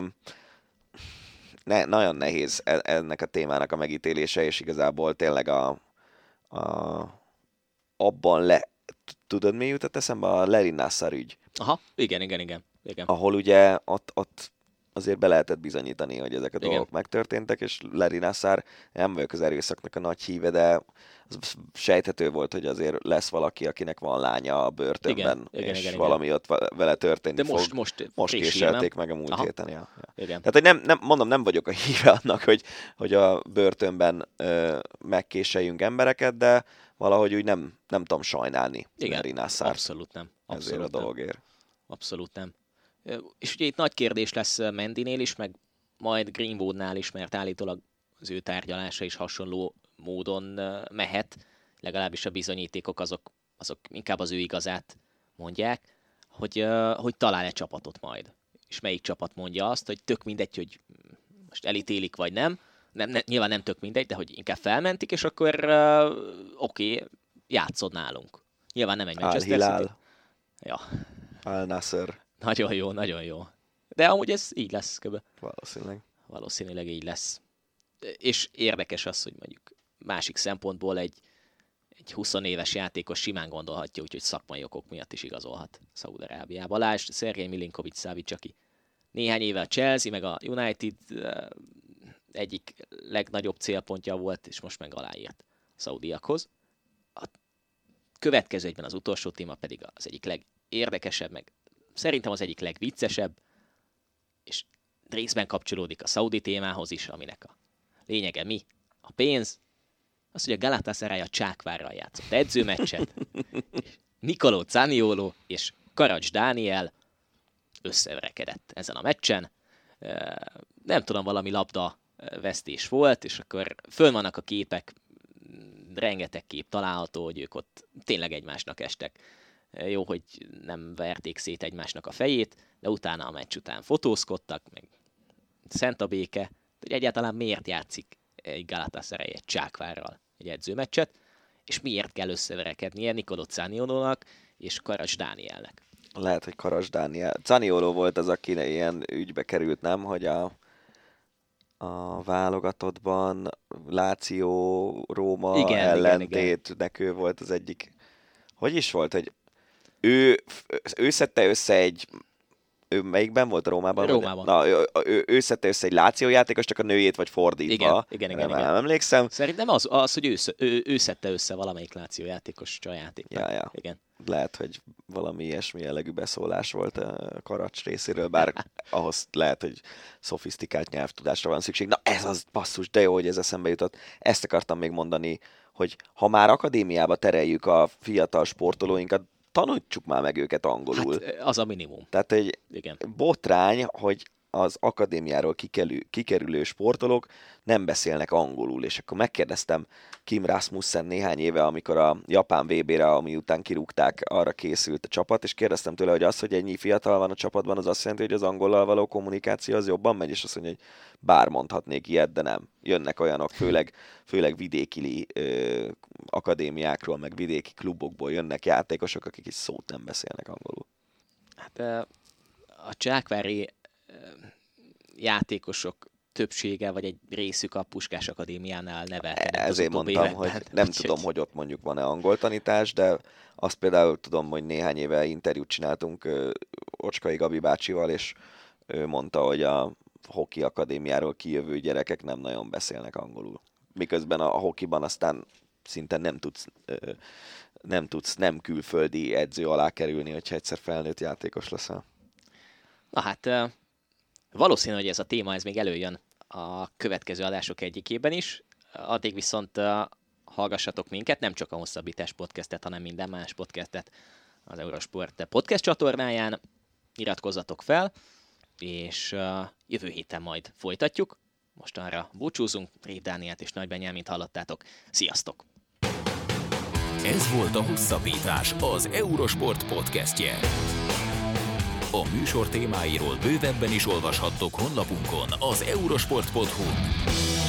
Ne, nagyon nehéz ennek a témának a megítélése, és igazából tényleg a, a abban le... Tudod, mi jutott eszembe? A Larry Nassar ügy. Aha, igen, igen, igen. igen. Ahol ugye ott, ott azért be lehetett bizonyítani, hogy ezek a igen. dolgok megtörténtek, és Larry Nassar, nem vagyok az erőszaknak a nagy híve, de az sejthető volt, hogy azért lesz valaki, akinek van lánya a börtönben, igen, és igen, valami igen. ott vele történni de most, fog. Most, most késelték meg a múlt Aha. héten. Ja. Igen. Tehát, hogy nem, nem, mondom, nem vagyok a híve annak, hogy, hogy a börtönben ö, megkéseljünk embereket, de valahogy úgy nem, nem tudom sajnálni Larry Nassart. Abszolút nem. Abszolút ezért a dologért. Abszolút nem. És ugye itt nagy kérdés lesz Mendynél is, meg majd Greenwoodnál is, mert állítólag az ő tárgyalása is hasonló módon mehet, legalábbis a bizonyítékok azok, azok inkább az ő igazát mondják, hogy, hogy talál egy csapatot majd. És melyik csapat mondja azt, hogy tök mindegy, hogy most elítélik vagy nem, nem, nem nyilván nem tök mindegy, de hogy inkább felmentik, és akkor uh, oké, okay, játszod nálunk. Nyilván nem egy Manchester City. Ja. Al-Nassr. Nagyon jó, nagyon jó. De amúgy ez így lesz kb. Valószínűleg. Valószínűleg így lesz. És érdekes az, hogy mondjuk másik szempontból egy, egy húsz éves játékos simán gondolhatja, úgyhogy szakmai okok miatt is igazolhat Szaúd-Arábiába. Lásd, Szergej Milinković-Savić, aki néhány éve a Chelsea, meg a United egyik legnagyobb célpontja volt, és most meg aláírt a szaudiakhoz. A következő egyben az utolsó téma pedig az egyik legérdekesebb, meg szerintem az egyik legviccesebb, és részben kapcsolódik a szaudi témához is, aminek a Lényege mi? A pénz, az, hogy a Galatasaray a Csákvárral játszott edzőmeccset, Niccolò Zaniolò és Karacs Dániel összeverekedett ezen a meccsen. Nem tudom, valami labda vesztés volt, és akkor fönn vannak a képek, rengeteg kép található, hogy ők ott tényleg egymásnak estek. Jó, hogy nem verték szét egymásnak a fejét, de utána a meccs után fotózkodtak, meg szent a béke, hogy egyáltalán miért játszik egy Galatasaray egy Csákvárral egy edzőmeccset, és miért kell összeverekednie Niccolò Zaniolónak és Karacs Dánielnek. Lehet, hogy Karacs Dániel. Zaniolò volt az, aki ilyen ügybe került, nem? Hogy a, a válogatottban Láció, Róma igen, ellentétnek ő volt az egyik. Hogy is volt, hogy ő, ő szedte össze egy ő melyikben volt, a Rómában? Rómában. Na, ő, ő, ő szedte össze egy Láció játékos, csak a nőjét vagy fordítva. Igen, igen, igen. Nem, igen. nem emlékszem. Szerintem az, az hogy ő, ő, ő szedte össze valamelyik Láció játékos csajátékban. Ja, ja. Igen. Lehet, hogy valami ilyesmi jellegű beszólás volt a Karacs részéről, bár ahhoz lehet, hogy szofisztikált nyelvtudásra van szükség. Na ez az basszus, de jó, hogy ez eszembe jutott. Ezt akartam még mondani, hogy ha már akadémiába tereljük a fiatal sportolóinkat, tanítsuk már meg őket angolul. Hát az a minimum. Tehát egy igen. botrány, hogy az akadémiáról kikerülő, kikerülő sportolók nem beszélnek angolul, és akkor megkérdeztem Kim Rasmussen néhány éve, amikor a japán vé bé-re, ami után kirúgták, arra készült a csapat, és kérdeztem tőle, hogy az, hogy ennyi fiatal van a csapatban, az azt jelenti, hogy az angollal való kommunikáció az jobban megy, és azt mondja, hogy bár mondhatnék ilyet, de nem. Jönnek olyanok, főleg, főleg vidéki ö, akadémiákról, meg vidéki klubokból jönnek játékosok, akik is szót nem beszélnek angolul. Hát a Csákvári játékosok többsége, vagy egy részük a Puskás Akadémiánál nevelkedett. Ezért mondtam, években, hogy nem úgy tudom, hogy ott mondjuk van-e angol tanítás, de azt például tudom, hogy néhány éve interjút csináltunk Ocskai Gabi bácsival, és ő mondta, hogy a Hoki Akadémiáról kijövő gyerekek nem nagyon beszélnek angolul. Miközben a hokiban aztán szinte nem tudsz, nem tudsz nem külföldi edző alá kerülni, hogyha egyszer felnőtt játékos leszel. Na hát valószínű, hogy ez a téma ez még előjön a következő adások egyikében is. Addig viszont hallgassatok minket, nem csak a Hosszabbítás podcastet, hanem minden más podcastet az Eurosport podcast csatornáján. Iratkozzatok fel, és jövő héten majd folytatjuk. Mostanra búcsúzunk, Rév Dánielt és Nagy Benyámint hallottátok. Sziasztok! Ez volt a Hosszabbítás, az Eurosport podcastje. A műsor témáiról bővebben is olvashattok honlapunkon, az eurosport pont hu.